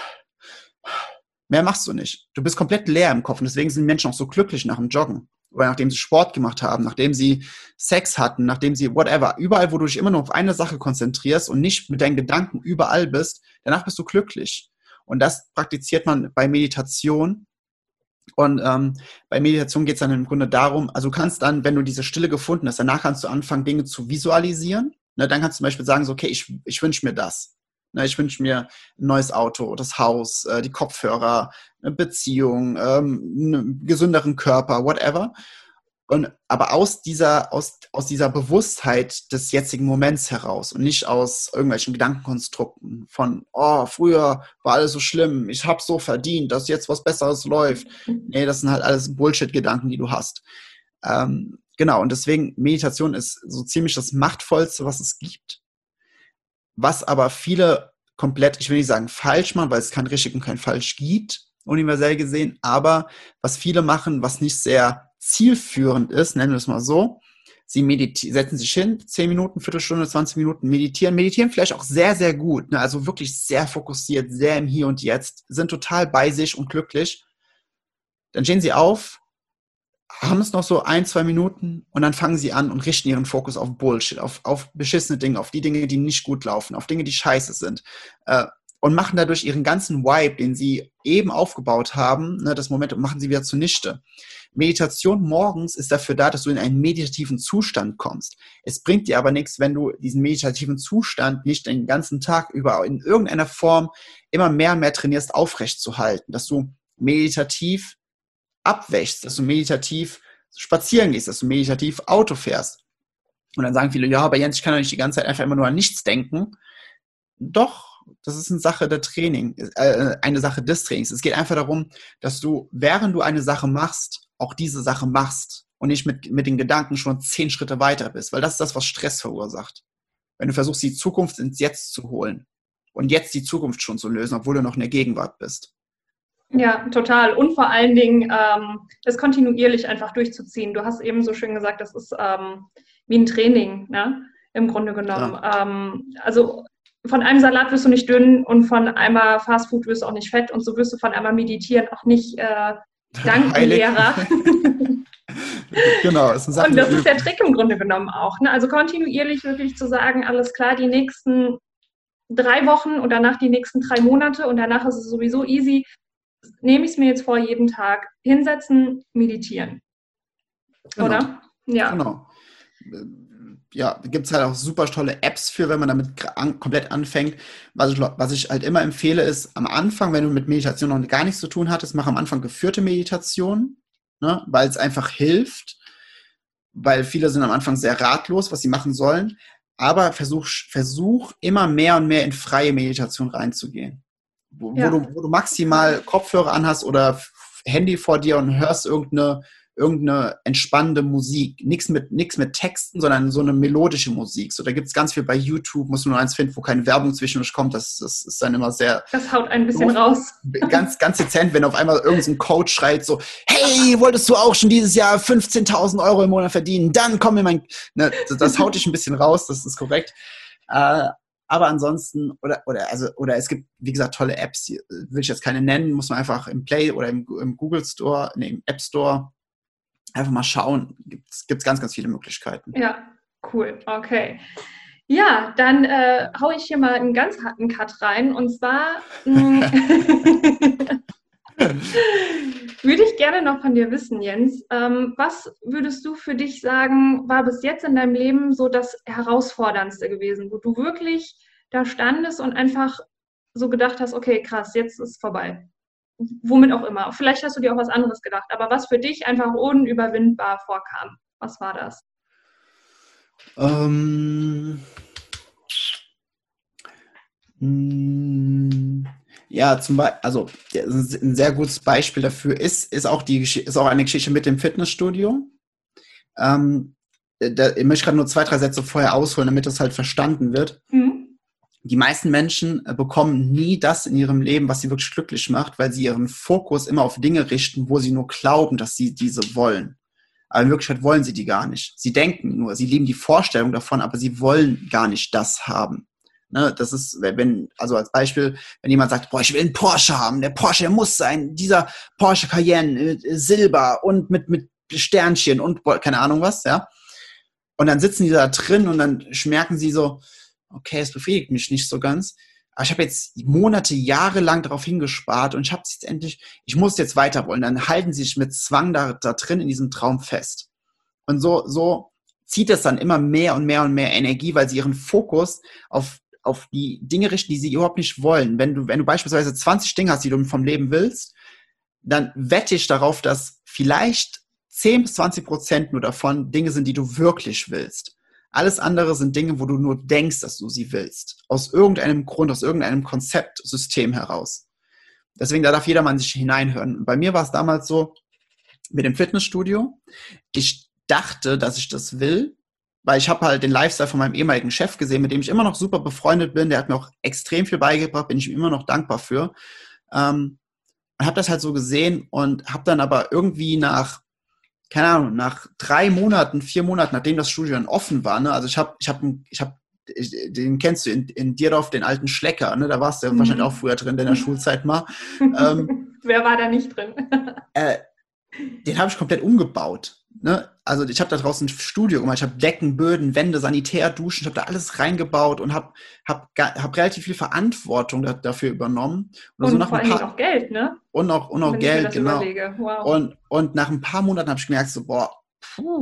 mehr machst du nicht. Du bist komplett leer im Kopf und deswegen sind Menschen auch so glücklich nach dem Joggen oder nachdem sie Sport gemacht haben, nachdem sie Sex hatten, nachdem sie whatever. Überall, wo du dich immer nur auf eine Sache konzentrierst und nicht mit deinen Gedanken überall bist, danach bist du glücklich. Und das praktiziert man bei Meditation. Und ähm, bei Meditation geht es dann im Grunde darum, also du kannst dann, wenn du diese Stille gefunden hast, danach kannst du anfangen, Dinge zu visualisieren. Ne, dann kannst du zum Beispiel sagen, so, okay, ich, ich wünsche mir das. Ich wünsche mir ein neues Auto, das Haus, die Kopfhörer, eine Beziehung, einen gesünderen Körper, whatever. Und, aber aus dieser, aus, aus dieser Bewusstheit des jetzigen Moments heraus und nicht aus irgendwelchen Gedankenkonstrukten von, oh, früher war alles so schlimm, ich habe so verdient, dass jetzt was Besseres läuft. Nee, das sind halt alles Bullshit-Gedanken, die du hast. Ähm, genau, und deswegen, Meditation ist so ziemlich das Machtvollste, was es gibt. Was aber viele komplett, ich will nicht sagen falsch machen, weil es kein richtig und kein falsch gibt, universell gesehen, aber was viele machen, was nicht sehr zielführend ist, nennen wir es mal so, sie mediti- setzen sich hin, zehn Minuten, Viertelstunde, zwanzig Minuten meditieren, meditieren vielleicht auch sehr, sehr gut, ne? Also wirklich sehr fokussiert, sehr im Hier und Jetzt, sind total bei sich und glücklich. Dann stehen sie auf, haben es noch so ein, zwei Minuten und dann fangen sie an und richten ihren Fokus auf Bullshit, auf, auf beschissene Dinge, auf die Dinge, die nicht gut laufen, auf Dinge, die scheiße sind äh, und machen dadurch ihren ganzen Vibe, den sie eben aufgebaut haben, ne, das Momentum, machen sie wieder zunichte. Meditation morgens ist dafür da, dass du in einen meditativen Zustand kommst. Es bringt dir aber nichts, wenn du diesen meditativen Zustand nicht den ganzen Tag über in irgendeiner Form immer mehr und mehr trainierst, aufrechtzuhalten, dass du meditativ abwächst, dass du meditativ spazieren gehst, dass du meditativ Auto fährst. Und dann sagen viele, ja, aber Jens, ich kann doch nicht die ganze Zeit einfach immer nur an nichts denken. Doch, das ist eine Sache der Training, äh, eine Sache des Trainings. Es geht einfach darum, dass du, während du eine Sache machst, auch diese Sache machst und nicht mit, mit den Gedanken schon zehn Schritte weiter bist, weil das ist das, was Stress verursacht. Wenn du versuchst, die Zukunft ins Jetzt zu holen und jetzt die Zukunft schon zu lösen, obwohl du noch in der Gegenwart bist. Ja, total. Und vor allen Dingen, ähm, das kontinuierlich einfach durchzuziehen. Du hast eben so schön gesagt, das ist ähm, wie ein Training, ne? Im Grunde genommen. Ähm, also von einem Salat wirst du nicht dünn und von einmal Fastfood wirst du auch nicht fett und so wirst du von einmal meditieren auch nicht äh, Gedankenlehrer. Genau. Ist eine und das ist der Trick im Grunde genommen auch. Ne? Also kontinuierlich wirklich zu sagen, alles klar, die nächsten drei Wochen und danach die nächsten drei Monate und danach ist es sowieso easy. Nehme ich es mir jetzt vor, jeden Tag hinsetzen, meditieren. Genau. Oder? Ja. Genau. Ja, da gibt es halt auch super tolle Apps für, wenn man damit an, komplett anfängt. Was ich, was ich halt immer empfehle, ist am Anfang, wenn du mit Meditation noch gar nichts zu tun hattest, mach am Anfang geführte Meditation, ne, weil es einfach hilft, weil viele sind am Anfang sehr ratlos, was sie machen sollen, aber versuch, versuch immer mehr und mehr in freie Meditation reinzugehen. Wo, ja. wo, du, wo du maximal Kopfhörer anhast oder Handy vor dir und hörst irgendeine, irgendeine entspannende Musik. Nichts mit, nichts mit Texten, sondern so eine melodische Musik. So, da gibt es ganz viel bei YouTube, muss man nur eins finden, wo keine Werbung zwischendurch kommt. Das, das ist dann immer sehr... Das haut ein bisschen so, raus. Ganz, ganz dezent, wenn auf einmal irgendein Coach schreit so, hey, wolltest du auch schon dieses Jahr fünfzehntausend Euro im Monat verdienen? Dann komm mir mein... Ne, das, das haut dich ein bisschen raus, das ist korrekt. Äh, Aber ansonsten, oder, oder, also, oder es gibt, wie gesagt, tolle Apps, die will ich jetzt keine nennen, muss man einfach im Play oder im, im Google Store, nee, im App Store einfach mal schauen. Gibt es ganz, ganz viele Möglichkeiten. Ja, cool, okay. Ja, dann äh, hau ich hier mal einen ganz harten Cut rein. Und zwar würde ich gerne noch von dir wissen, Jens, ähm, was würdest du für dich sagen, war bis jetzt in deinem Leben so das Herausforderndste gewesen, wo du wirklich da standest und einfach so gedacht hast, okay, krass, jetzt ist es vorbei. Womit auch immer. Vielleicht hast du dir auch was anderes gedacht, aber was für dich einfach unüberwindbar vorkam. Was war das? Ähm, mh, ja, zum Beispiel, also ein sehr gutes Beispiel dafür ist, ist auch die ist auch eine Geschichte mit dem Fitnessstudio. Ähm, da, ich möchte gerade nur zwei, drei Sätze vorher ausholen, damit das halt verstanden wird. Mhm. Die meisten Menschen bekommen nie das in ihrem Leben, was sie wirklich glücklich macht, weil sie ihren Fokus immer auf Dinge richten, wo sie nur glauben, dass sie diese wollen. Aber in Wirklichkeit wollen sie die gar nicht. Sie denken nur, sie lieben die Vorstellung davon, aber sie wollen gar nicht das haben. Ne, das ist, wenn, also als Beispiel, wenn jemand sagt, boah, ich will einen Porsche haben, der Porsche, der muss sein, dieser Porsche Cayenne, äh, Silber und mit, mit Sternchen und keine Ahnung was, ja. Und dann sitzen die da drin und dann merken sie so, okay, es befriedigt mich nicht so ganz, aber ich habe jetzt Monate, Jahre lang darauf hingespart und ich habe es jetzt endlich, ich muss jetzt weiter wollen. Dann halten sie sich mit Zwang da, da drin in diesem Traum fest. Und so, so zieht es dann immer mehr und mehr und mehr Energie, weil sie ihren Fokus auf auf die Dinge richten, die sie überhaupt nicht wollen. Wenn du, wenn du beispielsweise zwanzig Dinge hast, die du vom Leben willst, dann wette ich darauf, dass vielleicht zehn bis zwanzig Prozent nur davon Dinge sind, die du wirklich willst. Alles andere sind Dinge, wo du nur denkst, dass du sie willst. Aus irgendeinem Grund, aus irgendeinem Konzeptsystem heraus. Deswegen, da darf jedermann sich hineinhören. Und bei mir war es damals so, mit dem Fitnessstudio, ich dachte, dass ich das will, weil ich habe halt den Lifestyle von meinem ehemaligen Chef gesehen, mit dem ich immer noch super befreundet bin. Der hat mir auch extrem viel beigebracht, bin ich ihm immer noch dankbar für. Ähm, und habe das halt so gesehen und habe dann aber irgendwie nach, keine Ahnung, nach drei Monaten, vier Monaten, nachdem das Studio dann offen war, ne, also ich habe, ich habe, ich habe, den kennst du in, in Dierdorf, den alten Schlecker, ne, da warst du ja mhm. wahrscheinlich auch früher drin, in der Schulzeit mal. ähm, Wer war da nicht drin? äh, den habe ich komplett umgebaut. Ne? Also ich habe da draußen ein Studio gemacht, ich habe Decken, Böden, Wände, Sanitär, Duschen, ich habe da alles reingebaut und habe hab, hab relativ viel Verantwortung da, dafür übernommen. Und, und so nach vor allem auch Geld, ne? Und auch, und auch Wenn Geld, genau. Wow. Und, und nach ein paar Monaten habe ich gemerkt, so, boah, puh,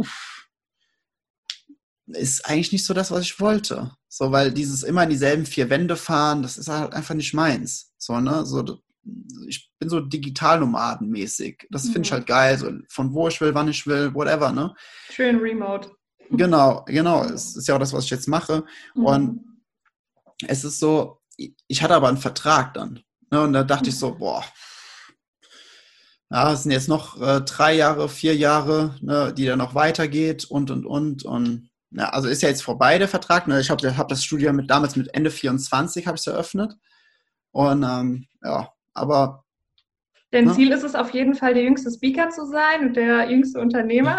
ist eigentlich nicht so das, was ich wollte. So, weil dieses immer in dieselben vier Wände fahren, das ist halt einfach nicht meins. So, ne? So, ich bin so Digitalnomadenmäßig. Das finde ich halt geil. So von wo ich will, wann ich will, whatever, ne? Schön remote. Genau, genau. Es ist ja auch das, was ich jetzt mache. Mhm. Und es ist so, ich hatte aber einen Vertrag dann. Ne? Und da dachte mhm. ich so, boah, ja, es sind jetzt noch äh, drei Jahre, vier Jahre, ne, die dann noch weitergeht und, und, und. Und ja, also ist ja jetzt vorbei, der Vertrag. Ne? Ich habe hab das Studio mit damals mit Ende vierundzwanzig habe ich es eröffnet. Und ähm, ja, aber... Dein Ziel ist es auf jeden Fall, der jüngste Speaker zu sein und der jüngste Unternehmer.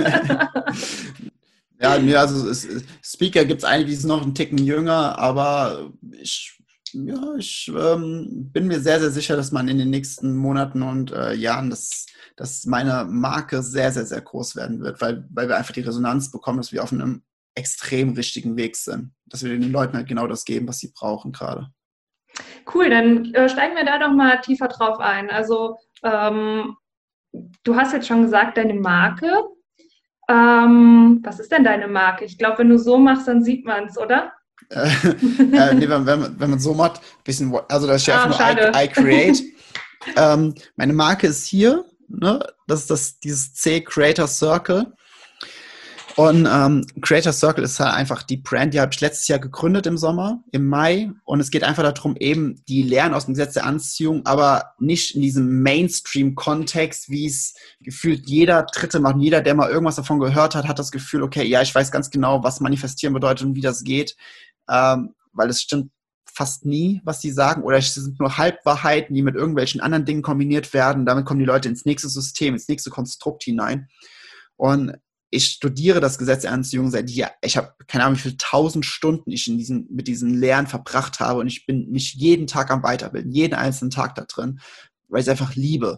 Ja, nee, also es, Speaker gibt es einige, die sind noch einen Ticken jünger, aber ich, ja, ich ähm, bin mir sehr, sehr sicher, dass man in den nächsten Monaten und äh, Jahren, dass, dass meine Marke sehr, sehr, sehr groß werden wird, weil, weil wir einfach die Resonanz bekommen, dass wir auf einem extrem richtigen Weg sind. Dass wir den Leuten halt genau das geben, was sie brauchen gerade. Cool, dann äh, steigen wir da doch mal tiefer drauf ein. Also ähm, du hast jetzt schon gesagt, deine Marke. Ähm, was ist denn deine Marke? Ich glaube, wenn du so machst, dann sieht man es, oder? Äh, äh, nee, wenn, wenn, wenn man so macht, bisschen, also das ist ja einfach ah, nur I, I create. ähm, meine Marke ist hier, ne? Das ist das, dieses C Creator Circle. Und ähm, Creator Circle ist halt einfach die Brand, die habe ich letztes Jahr gegründet im Sommer, im Mai. Und es geht einfach darum, eben die Lehren aus dem Gesetz der Anziehung, aber nicht in diesem Mainstream-Kontext, wie es gefühlt jeder Dritte macht. Jeder, der mal irgendwas davon gehört hat, hat das Gefühl, okay, ja, ich weiß ganz genau, was manifestieren bedeutet und wie das geht. Ähm, weil es stimmt fast nie, was die sagen. Oder es sind nur Halbwahrheiten, die mit irgendwelchen anderen Dingen kombiniert werden. Damit kommen die Leute ins nächste System, ins nächste Konstrukt hinein. Und ich studiere das Gesetz der Anziehung seit Jahren. Ich habe keine Ahnung, wie viele tausend Stunden ich in diesen, mit diesen Lehren verbracht habe. Und ich bin nicht jeden Tag am Weiterbilden, jeden einzelnen Tag da drin, weil ich es einfach liebe.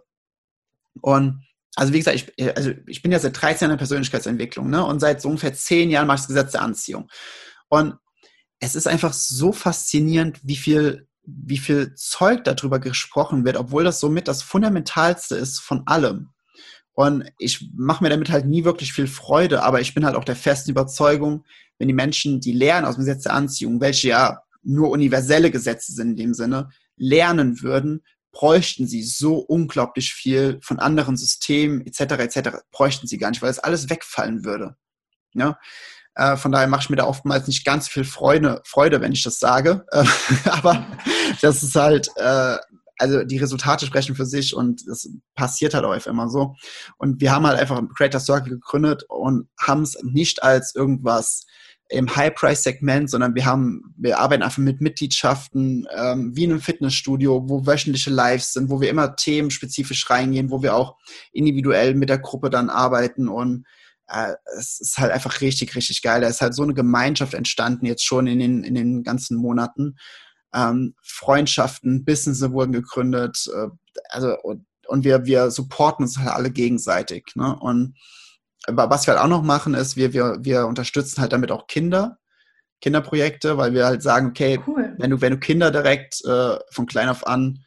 Und also wie gesagt, ich, also ich bin ja seit dreizehn Jahren in der Persönlichkeitsentwicklung, ne? Und seit so ungefähr zehn Jahren mache ich das Gesetz der Anziehung. Und es ist einfach so faszinierend, wie viel, wie viel Zeug darüber gesprochen wird, obwohl das somit das Fundamentalste ist von allem. Und ich mache mir damit halt nie wirklich viel Freude, aber ich bin halt auch der festen Überzeugung, wenn die Menschen die Lehren aus dem Gesetz der Anziehung, welche ja nur universelle Gesetze sind in dem Sinne, lernen würden, bräuchten sie so unglaublich viel von anderen Systemen et cetera et cetera. Bräuchten sie gar nicht, weil das alles wegfallen würde. Ja? Äh, von daher mache ich mir da oftmals nicht ganz viel Freude, Freude wenn ich das sage. Äh, aber das ist halt... Äh, Also die Resultate sprechen für sich und es passiert halt auch einfach immer so. Und wir haben halt einfach einen Creator Circle gegründet und haben es nicht als irgendwas im High-Price-Segment, sondern wir haben, wir arbeiten einfach mit Mitgliedschaften, ähm, wie in einem Fitnessstudio, wo wöchentliche Lives sind, wo wir immer themenspezifisch reingehen, wo wir auch individuell mit der Gruppe dann arbeiten und äh, es ist halt einfach richtig, richtig geil. Da ist halt so eine Gemeinschaft entstanden jetzt schon in den, in den ganzen Monaten. Ähm, Freundschaften, Businesses wurden gegründet, äh, also und, und wir, wir supporten uns halt alle gegenseitig. Ne? Und was wir halt auch noch machen, ist, wir, wir, wir unterstützen halt damit auch Kinder, Kinderprojekte, weil wir halt sagen, okay, cool. wenn du, wenn du Kinder direkt äh, von klein auf an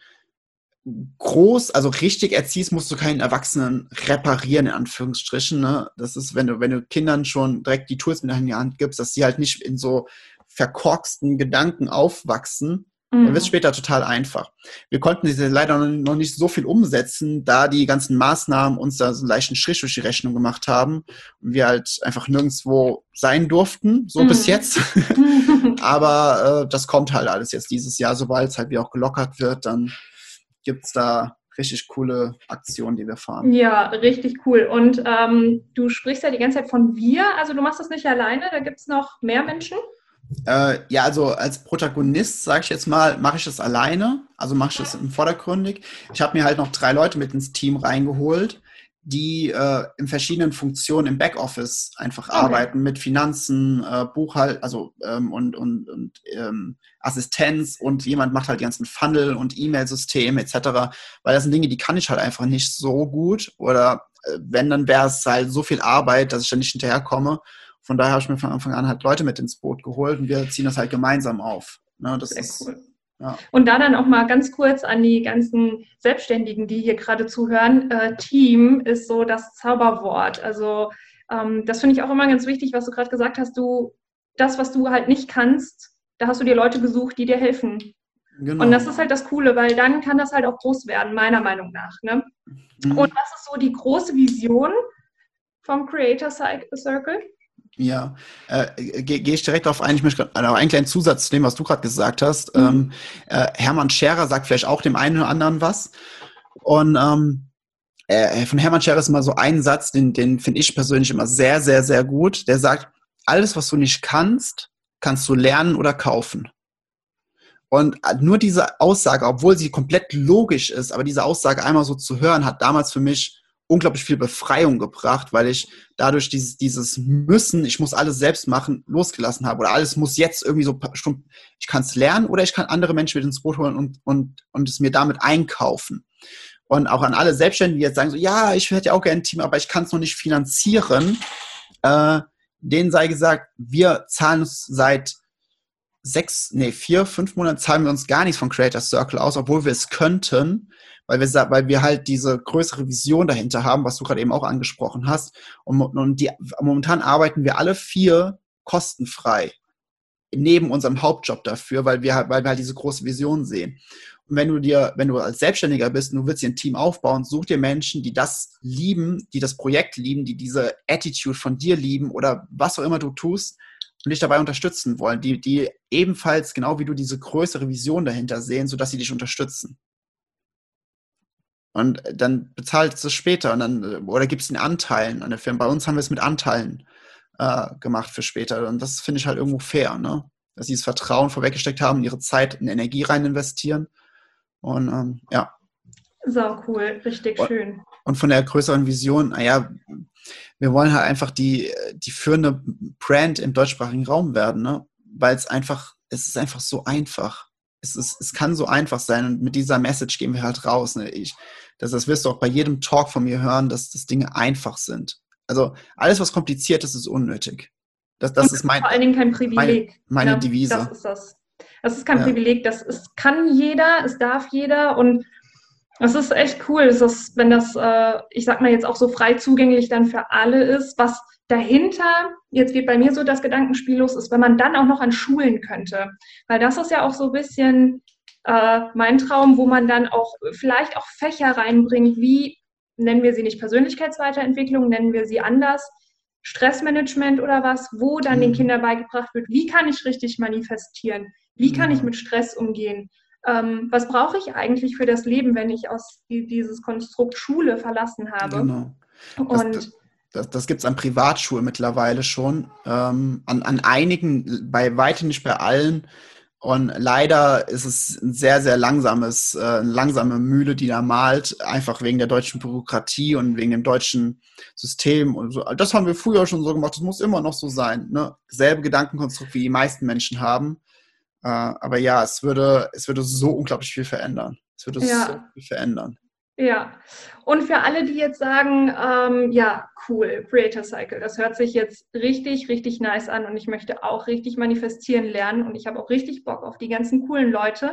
groß, also richtig erziehst, musst du keinen Erwachsenen reparieren, in Anführungsstrichen. Ne? Das ist, wenn du, wenn du Kindern schon direkt die Tools mit in die Hand gibst, dass sie halt nicht in so verkorksten Gedanken aufwachsen, mhm. dann wird es später total einfach. Wir konnten diese leider noch nicht so viel umsetzen, da die ganzen Maßnahmen uns da so einen leichten Strich durch die Rechnung gemacht haben und wir halt einfach nirgendwo sein durften, so mhm. bis jetzt. Aber äh, das kommt halt alles jetzt dieses Jahr, sobald es halt wieder auch gelockert wird, dann gibt es da richtig coole Aktionen, die wir fahren. Ja, richtig cool. Und ähm, du sprichst ja die ganze Zeit von wir, also du machst das nicht alleine, da gibt es noch mehr Menschen? Äh, ja, also als Protagonist, sage ich jetzt mal, mache ich das alleine, also mache ich das im Vordergründig. Ich habe mir halt noch drei Leute mit ins Team reingeholt, die äh, in verschiedenen Funktionen im Backoffice einfach okay. arbeiten, mit Finanzen, äh, Buchhaltung, also ähm, und, und, und ähm, Assistenz und jemand macht halt die ganzen Funnel und E-Mail-Systeme et cetera, weil das sind Dinge, die kann ich halt einfach nicht so gut oder äh, wenn, dann wäre es halt so viel Arbeit, dass ich da nicht hinterherkomme. Von daher habe ich mir von Anfang an halt Leute mit ins Boot geholt und wir ziehen das halt gemeinsam auf. Ne, das Sehr ist cool. Ja. Und da dann auch mal ganz kurz an die ganzen Selbstständigen, die hier gerade zuhören. Äh, Team ist so das Zauberwort. Also ähm, das finde ich auch immer ganz wichtig, was du gerade gesagt hast. Du, das, was du halt nicht kannst, da hast du dir Leute gesucht, die dir helfen. Genau. Und das ist halt das Coole, weil dann kann das halt auch groß werden, meiner Meinung nach. Ne? Mhm. Und was ist so die große Vision vom Creator Circle? Ja, äh, gehe geh ich direkt darauf ein. Ich möchte also einen kleinen Zusatz zu dem, was du gerade gesagt hast. Mhm. Ähm, äh, Hermann Scherer sagt vielleicht auch dem einen oder anderen was. Und ähm, äh, von Hermann Scherer ist immer so ein Satz, den, den finde ich persönlich immer sehr, sehr, sehr gut. Der sagt, alles, was du nicht kannst, kannst du lernen oder kaufen. Und nur diese Aussage, obwohl sie komplett logisch ist, aber diese Aussage einmal so zu hören, hat damals für mich unglaublich viel Befreiung gebracht, weil ich dadurch dieses, dieses Müssen, ich muss alles selbst machen, losgelassen habe. Oder alles muss jetzt irgendwie so, ich kann es lernen oder ich kann andere Menschen mit ins Boot holen und, und, und es mir damit einkaufen. Und auch an alle Selbstständigen, die jetzt sagen so, ja, ich hätte ja auch gerne ein Team, aber ich kann es noch nicht finanzieren. Äh, denen sei gesagt, wir zahlen uns seit sechs, nee, vier, fünf Monaten zahlen wir uns gar nichts von Creator Circle aus, obwohl wir es könnten, weil wir, weil wir halt diese größere Vision dahinter haben, was du gerade eben auch angesprochen hast. Und, und die, momentan arbeiten wir alle vier kostenfrei. neben unserem Hauptjob dafür, weil wir, weil wir halt diese große Vision sehen. Und wenn du dir, wenn du als Selbstständiger bist und du willst dir ein Team aufbauen, such dir Menschen, die das lieben, die das Projekt lieben, die diese Attitude von dir lieben oder was auch immer du tust und dich dabei unterstützen wollen, die, die ebenfalls genau wie du diese größere Vision dahinter sehen, sodass sie dich unterstützen. Und dann bezahlst du es später und dann, oder gibst ihnen Anteilen an der Firma. Bei uns haben wir es mit Anteilen äh, gemacht für später. Und das finde ich halt irgendwo fair, ne? Dass sie das Vertrauen vorweggesteckt haben, ihre Zeit und Energie rein investieren. Und ähm, ja. Sau cool, richtig und, schön. Und von der größeren Vision, naja, wir wollen halt einfach die, die führende Brand im deutschsprachigen Raum werden, ne? Weil es einfach, es ist einfach so einfach. Es, ist, es kann so einfach sein und mit dieser Message gehen wir halt raus. Ne? Ich, das, das wirst du auch bei jedem Talk von mir hören, dass, dass Dinge einfach sind. Also alles, was kompliziert ist, ist unnötig. Das, das ist mein, vor allen Dingen kein Privileg. Meine, meine ja, Devise. Das ist das. Das ist kein ja. Privileg. Das ist, kann jeder, es darf jeder und das ist echt cool, es ist, wenn das, äh, ich sag mal jetzt auch so frei zugänglich dann für alle ist, was dahinter, jetzt geht bei mir so das Gedankenspiel los, ist, wenn man dann auch noch an Schulen könnte. Weil das ist ja auch so ein bisschen äh, mein Traum, wo man dann auch vielleicht auch Fächer reinbringt, wie, nennen wir sie nicht Persönlichkeitsweiterentwicklung, nennen wir sie anders, Stressmanagement oder was, wo dann mhm. den Kindern beigebracht wird, wie kann ich richtig manifestieren, wie kann mhm. ich mit Stress umgehen. Ähm, was brauche ich eigentlich für das Leben, wenn ich aus die, dieses Konstrukt Schule verlassen habe? Genau. Und das, das, das gibt es an Privatschulen mittlerweile schon. Ähm, an, an einigen, bei weitem nicht bei allen. Und leider ist es ein sehr, sehr langsames, äh, eine langsame Mühle, die da malt, einfach wegen der deutschen Bürokratie und wegen dem deutschen System. Und so. Das haben wir früher schon so gemacht, das muss immer noch so sein. Ne? Selbe Gedankenkonstrukt, wie die meisten Menschen haben. Uh, aber ja, es würde, es würde so unglaublich viel verändern. Es würde ja. so viel verändern. Ja, und für alle, die jetzt sagen, ähm, ja, cool, Creator Cycle, das hört sich jetzt richtig, richtig nice an und ich möchte auch richtig manifestieren lernen und ich habe auch richtig Bock auf die ganzen coolen Leute.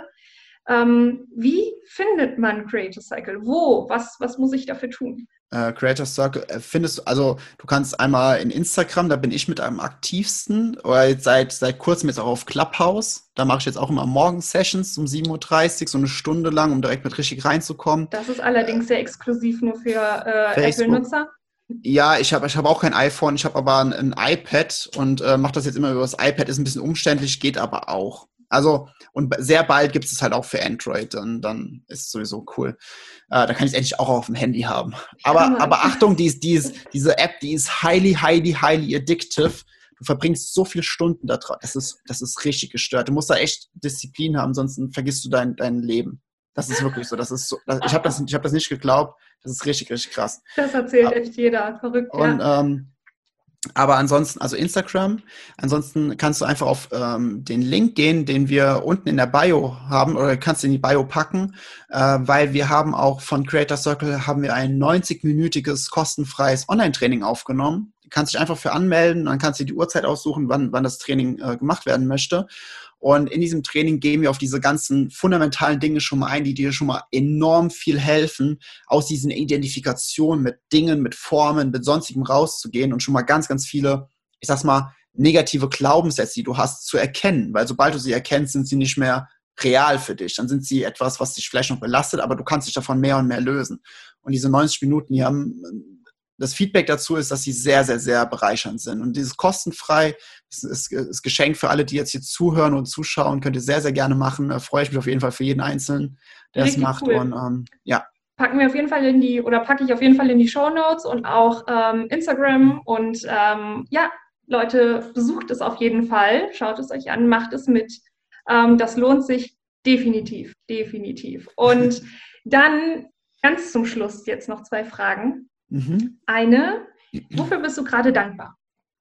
Ähm, wie findet man Creator Cycle? Wo? Was, was muss ich dafür tun? Uh, Creator Circle äh, findest du, also du kannst einmal in Instagram, da bin ich mit am aktivsten, oder jetzt seit, seit kurzem jetzt auch auf Clubhouse, da mache ich jetzt auch immer Morgen-Sessions um sieben Uhr dreißig, so eine Stunde lang, um direkt mit richtig reinzukommen. Das ist allerdings sehr exklusiv nur für äh, Apple-Nutzer. Ja, ich habe ich hab auch kein iPhone, ich habe aber ein, ein iPad und äh, mache das jetzt immer über das iPad, ist ein bisschen umständlich, geht aber auch. Also, und sehr bald gibt es halt auch für Android, dann, dann ist es sowieso cool. Äh, da kann ich es endlich auch auf dem Handy haben. Aber, aber Achtung, die ist, die ist, diese App, die ist highly, highly, highly addictive. Du verbringst so viele Stunden da dran. Das ist, das ist richtig gestört. Du musst da echt Disziplin haben, sonst vergisst du dein, dein Leben. Das ist wirklich so. Das ist so. Ich habe das, ich hab das nicht geglaubt. Das ist richtig, richtig krass. Das erzählt aber, echt jeder. Verrückt, und, ja. Ähm, aber ansonsten, also Instagram, ansonsten kannst du einfach auf ähm, den Link gehen, den wir unten in der Bio haben, oder kannst du in die Bio packen, äh, weil wir haben auch von Creator Circle haben wir ein neunzig-minütiges kostenfreies Online-Training aufgenommen. Du kannst dich einfach für anmelden, dann kannst du die Uhrzeit aussuchen, wann, wann das Training äh, gemacht werden möchte. Und in diesem Training gehen wir auf diese ganzen fundamentalen Dinge schon mal ein, die dir schon mal enorm viel helfen, aus diesen Identifikationen mit Dingen, mit Formen, mit Sonstigem rauszugehen und schon mal ganz, ganz viele, ich sag's mal, negative Glaubenssätze, die du hast, zu erkennen. Weil sobald du sie erkennst, sind sie nicht mehr real für dich. Dann sind sie etwas, was dich vielleicht noch belastet, aber du kannst dich davon mehr und mehr lösen. Und diese neunzig Minuten, die haben... Das Feedback dazu ist, dass sie sehr, sehr, sehr bereichernd sind. Und dieses kostenfrei ist, ist, ist Geschenk für alle, die jetzt hier zuhören und zuschauen. Könnt ihr sehr, sehr gerne machen. Da freue ich mich auf jeden Fall für jeden Einzelnen, der es macht. Cool. Und ähm, ja. Packen wir auf jeden Fall in die, oder packe ich auf jeden Fall in die Shownotes und auch ähm, Instagram. Und ähm, ja, Leute, besucht es auf jeden Fall. Schaut es euch an, macht es mit. Ähm, das lohnt sich definitiv, definitiv. Und dann ganz zum Schluss jetzt noch zwei Fragen. Mhm. Eine, wofür bist du gerade dankbar?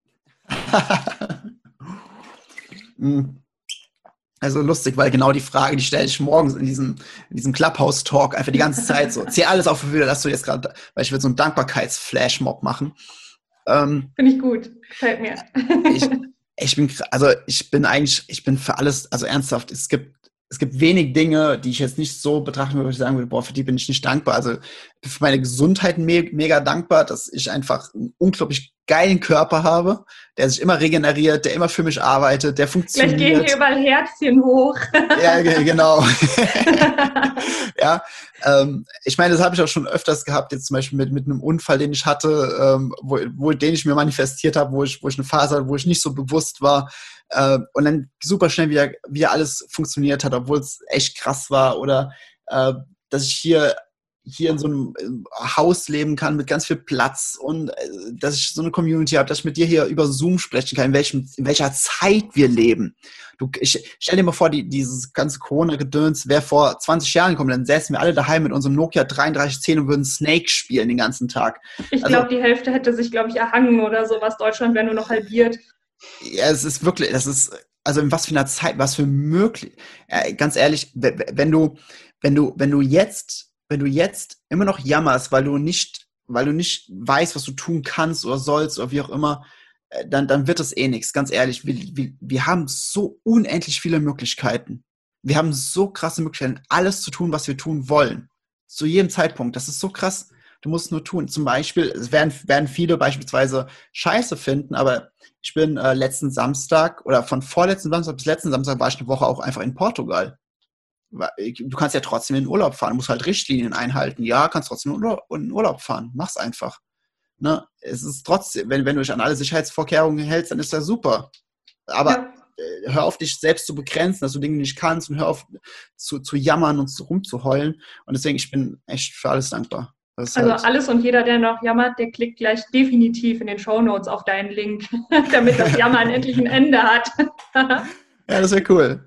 Also lustig, weil genau die Frage, die stelle ich morgens in diesem, in diesem Clubhouse-Talk einfach die ganze Zeit so. Zieh alles auf, dass du jetzt gerade, weil ich will so einen Dankbarkeits-Flashmob machen. Ähm, Finde ich gut, gefällt mir. ich, ich bin, also ich bin eigentlich, ich bin für alles, also ernsthaft, es gibt es gibt wenig Dinge, die ich jetzt nicht so betrachten würde, wo ich sagen würde, boah, für die bin ich nicht dankbar. Also für meine Gesundheit me- mega dankbar, dass ich einfach einen unglaublich geilen Körper habe, der sich immer regeneriert, der immer für mich arbeitet, der funktioniert. Gleich gehen hier überall Herzchen hoch. Ja, ge- genau. Ja, ähm, ich meine, das habe ich auch schon öfters gehabt, jetzt zum Beispiel mit, mit einem Unfall, den ich hatte, ähm, wo, wo, den ich mir manifestiert habe, wo ich, wo ich eine Phase hatte, wo ich nicht so bewusst war, äh, und dann super schnell wieder, wieder alles funktioniert hat, obwohl es echt krass war, oder äh, dass ich hier hier in so einem Haus leben kann mit ganz viel Platz und äh, dass ich so eine Community habe, dass ich mit dir hier über Zoom sprechen kann, in, welchem, in welcher Zeit wir leben. Du, ich stell dir mal vor, die, dieses ganze Corona-Gedöns wäre vor zwanzig Jahren gekommen, dann säßen wir alle daheim mit unserem Nokia dreiunddreißig zehn und würden Snake spielen den ganzen Tag. Ich Also, glaube, die Hälfte hätte sich, glaube ich, erhangen oder sowas. Deutschland wäre nur noch halbiert. Ja, es ist wirklich, das ist, also in was für einer Zeit, was für möglich, äh, ganz ehrlich, wenn du, wenn du, wenn du jetzt wenn du jetzt immer noch jammerst, weil du nicht, weil du nicht weißt, was du tun kannst oder sollst oder wie auch immer, dann, dann wird das eh nichts. Ganz ehrlich, wir, wir, wir haben so unendlich viele Möglichkeiten. Wir haben so krasse Möglichkeiten, alles zu tun, was wir tun wollen. Zu jedem Zeitpunkt. Das ist so krass. Du musst nur tun. Zum Beispiel, es werden, werden viele beispielsweise Scheiße finden, aber ich bin äh, letzten Samstag oder von vorletzten Samstag bis letzten Samstag war ich eine Woche auch einfach in Portugal. Du kannst ja trotzdem in den Urlaub fahren, du musst halt Richtlinien einhalten. Ja, kannst trotzdem in den Urlaub, in den Urlaub fahren. Mach's einfach. Ne? Es ist trotzdem, wenn, wenn du dich an alle Sicherheitsvorkehrungen hältst, dann ist das super. Aber ja. äh, hör auf, dich selbst zu begrenzen, dass du Dinge nicht kannst, und hör auf zu, zu jammern und zu, rumzuheulen. Und deswegen, ich bin echt für alles dankbar. Also halt alles und jeder, der noch jammert, der klickt gleich definitiv in den Shownotes auf deinen Link, damit das Jammern endlich ein Ende hat. Ja, das wäre cool.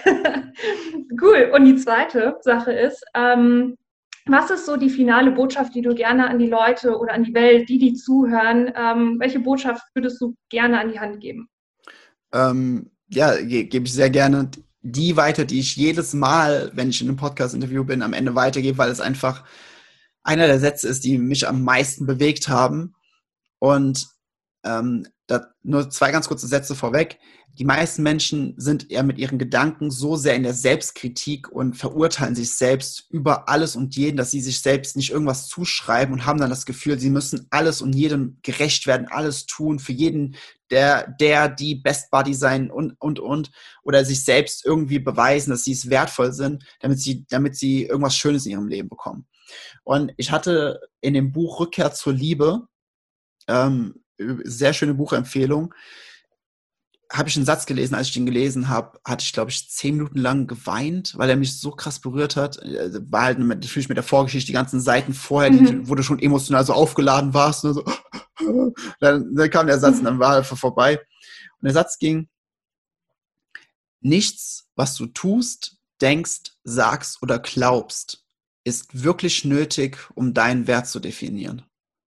Cool. Und die zweite Sache ist, ähm, was ist so die finale Botschaft, die du gerne an die Leute oder an die Welt, die die zuhören, ähm, welche Botschaft würdest du gerne an die Hand geben? Ähm, ja, ge- gebe ich sehr gerne die weiter, die ich jedes Mal, wenn ich in einem Podcast-Interview bin, am Ende weitergebe, weil es einfach einer der Sätze ist, die mich am meisten bewegt haben. Und ähm, da, nur zwei ganz kurze Sätze vorweg. Die meisten Menschen sind eher mit ihren Gedanken so sehr in der Selbstkritik und verurteilen sich selbst über alles und jeden, dass sie sich selbst nicht irgendwas zuschreiben und haben dann das Gefühl, sie müssen alles und jedem gerecht werden, alles tun, für jeden, der, der, die Best Buddy sein und, und, und, oder sich selbst irgendwie beweisen, dass sie es wertvoll sind, damit sie, damit sie irgendwas Schönes in ihrem Leben bekommen. Und ich hatte in dem Buch Rückkehr zur Liebe, ähm, sehr schöne Buchempfehlung, habe ich einen Satz gelesen. Als ich den gelesen habe, hatte ich, glaube ich, zehn Minuten lang geweint, weil er mich so krass berührt hat. War halt natürlich mit der Vorgeschichte, die ganzen Seiten vorher, die, mhm. wo du schon emotional so aufgeladen warst. Und so. dann, dann kam der Satz und dann war er einfach vorbei. Und der Satz ging: Nichts, was du tust, denkst, sagst oder glaubst, ist wirklich nötig, um deinen Wert zu definieren.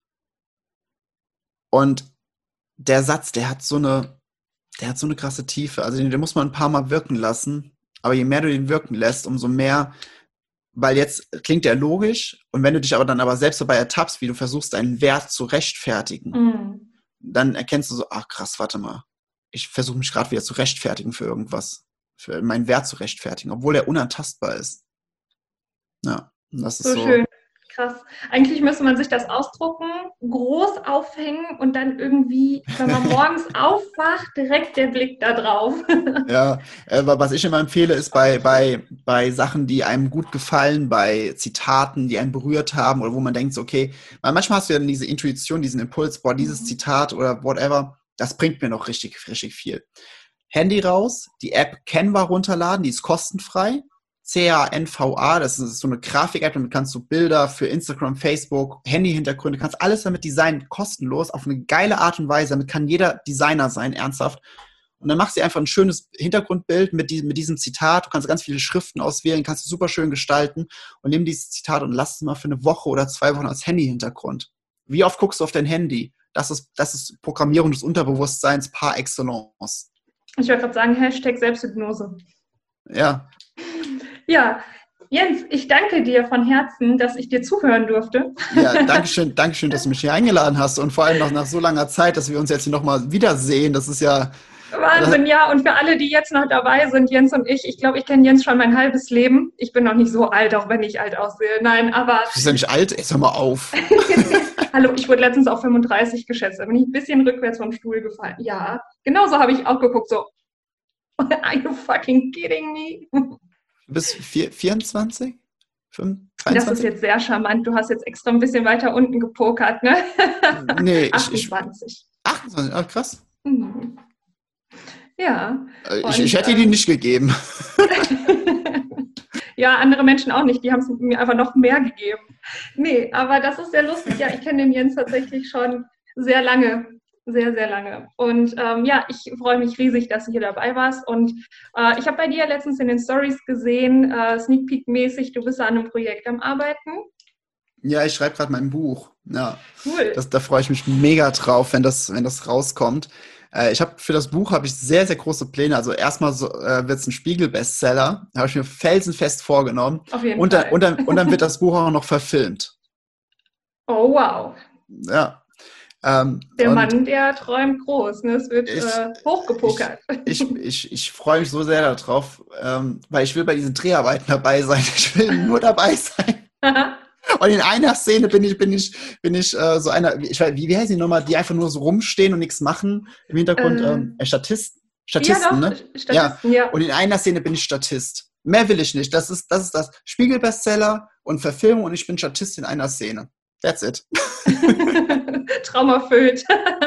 Und der Satz, der hat so eine Der hat so eine krasse Tiefe. Also den, den muss man ein paar Mal wirken lassen. Aber je mehr du den wirken lässt, umso mehr, weil jetzt klingt der logisch. Und wenn du dich aber dann aber selbst dabei ertappst, wie du versuchst, deinen Wert zu rechtfertigen, mhm. dann erkennst du so, ach krass, warte mal. Ich versuche mich gerade wieder zu rechtfertigen für irgendwas. Für meinen Wert zu rechtfertigen, obwohl der unantastbar ist. Ja, das ist so. So schön. Krass. Eigentlich müsste man sich das ausdrucken, groß aufhängen und dann irgendwie, wenn man morgens aufwacht, direkt der Blick da drauf. Ja, äh, was ich immer empfehle, ist bei, bei, bei Sachen, die einem gut gefallen, bei Zitaten, die einen berührt haben oder wo man denkt, so, okay, weil manchmal hast du ja diese Intuition, diesen Impuls, boah, dieses Zitat oder whatever, das bringt mir noch richtig, richtig viel. Handy raus, die App Canva runterladen, die ist kostenfrei. C A N V A, das ist so eine Grafik-App, damit kannst du Bilder für Instagram, Facebook, Handy-Hintergründe, kannst alles damit designen, kostenlos, auf eine geile Art und Weise, damit kann jeder Designer sein, ernsthaft. Und dann machst du einfach ein schönes Hintergrundbild mit diesem, mit diesem Zitat, du kannst ganz viele Schriften auswählen, kannst du super schön gestalten und nimm dieses Zitat und lass es mal für eine Woche oder zwei Wochen als Handy-Hintergrund. Wie oft guckst du auf dein Handy? Das ist, das ist Programmierung des Unterbewusstseins par excellence. Ich wollte gerade sagen, Hashtag Selbsthypnose. Ja. Ja, Jens, ich danke dir von Herzen, dass ich dir zuhören durfte. Ja, danke schön, danke schön, dass du mich hier eingeladen hast und vor allem noch nach so langer Zeit, dass wir uns jetzt hier nochmal wiedersehen. Das ist ja, Wahnsinn, ja. Und für alle, die jetzt noch dabei sind, Jens und ich, ich glaube, ich kenne Jens schon mein halbes Leben. Ich bin noch nicht so alt, auch wenn ich alt aussehe. Nein, aber... Du bist ja nicht alt? Jetzt hör mal auf. Hallo, ich wurde letztens auf fünfunddreißig geschätzt. Da bin ich ein bisschen rückwärts vom Stuhl gefallen. Ja, genauso habe ich auch geguckt, so... Are you fucking kidding me? Du bist vier, vierundzwanzig? fünfunddreißig? Das ist jetzt sehr charmant. Du hast jetzt extra ein bisschen weiter unten gepokert, ne? Nee, achtundzwanzig. Ich, achtundzwanzig, ah, krass. Mhm. Ja. Ich, ich hätte dir die nicht gegeben. Ja, andere Menschen auch nicht. Die haben es mir einfach noch mehr gegeben. Nee, aber das ist sehr lustig. Ja, ich kenne den Jens tatsächlich schon sehr lange. Sehr, sehr lange. Und ähm, ja, ich freue mich riesig, dass du hier dabei warst. Und äh, ich habe bei dir letztens in den Stories gesehen, äh, Sneak Peek-mäßig, du bist an einem Projekt am Arbeiten. Ja, ich schreibe gerade mein Buch. Ja, cool. Das, da freue ich mich mega drauf, wenn das, wenn das rauskommt. Äh, ich habe für das Buch habe ich sehr, sehr große Pläne. Also erstmal so, äh, wird es ein Spiegel-Bestseller. Da habe ich mir felsenfest vorgenommen. Auf jeden und Fall. Dann, und, dann, und dann wird das Buch auch noch verfilmt. Oh, wow. Ja. Ähm, der Mann, der träumt groß, ne? Es wird ich, äh, hochgepokert. Ich, ich, ich, ich freue mich so sehr darauf, ähm, weil ich will bei diesen Dreharbeiten dabei sein. Ich will nur dabei sein. Und in einer Szene bin ich, bin ich, bin ich äh, so einer, ich weiß, wie, wie heißt die nochmal, die einfach nur so rumstehen und nichts machen. Im Hintergrund ähm, äh, Statist, Statisten, ja, ne? Statisten, ja. ja. Und in einer Szene bin ich Statist. Mehr will ich nicht. Das ist das, ist das Spiegel-Bestseller und Verfilmung und ich bin Statist in einer Szene. That's it. Traumerfüllt.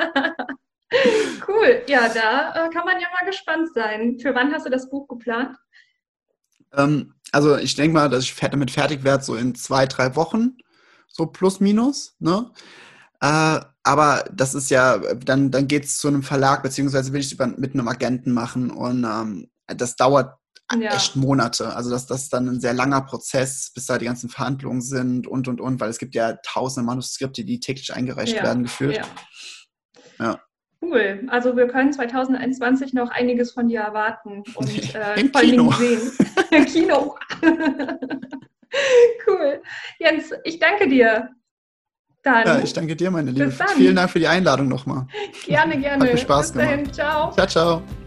Cool. Ja, da äh, kann man ja mal gespannt sein. Für wann hast du das Buch geplant? Ähm, also ich denke mal, dass ich damit fertig werde, so in zwei, drei Wochen, so plus minus. Ne? Äh, aber das ist ja, dann, dann geht es zu einem Verlag, beziehungsweise will ich es mit einem Agenten machen und ähm, das dauert ja. echt Monate. Also das, das ist dann ein sehr langer Prozess, bis da die ganzen Verhandlungen sind und, und, und, weil es gibt ja tausende Manuskripte, die täglich eingereicht ja. werden, gefühlt. Ja. ja. Cool. Also wir können zwanzig einundzwanzig noch einiges von dir erwarten und äh, Im vor allen Kino. Dingen sehen. Kino. Cool. Jens, ich danke dir. Dann. Ja, ich danke dir, meine Liebe. Bis dann. Vielen Dank für die Einladung nochmal. Gerne, gerne. Hat mir Spaß Bis dahin. gemacht. Ciao. Ciao, ciao.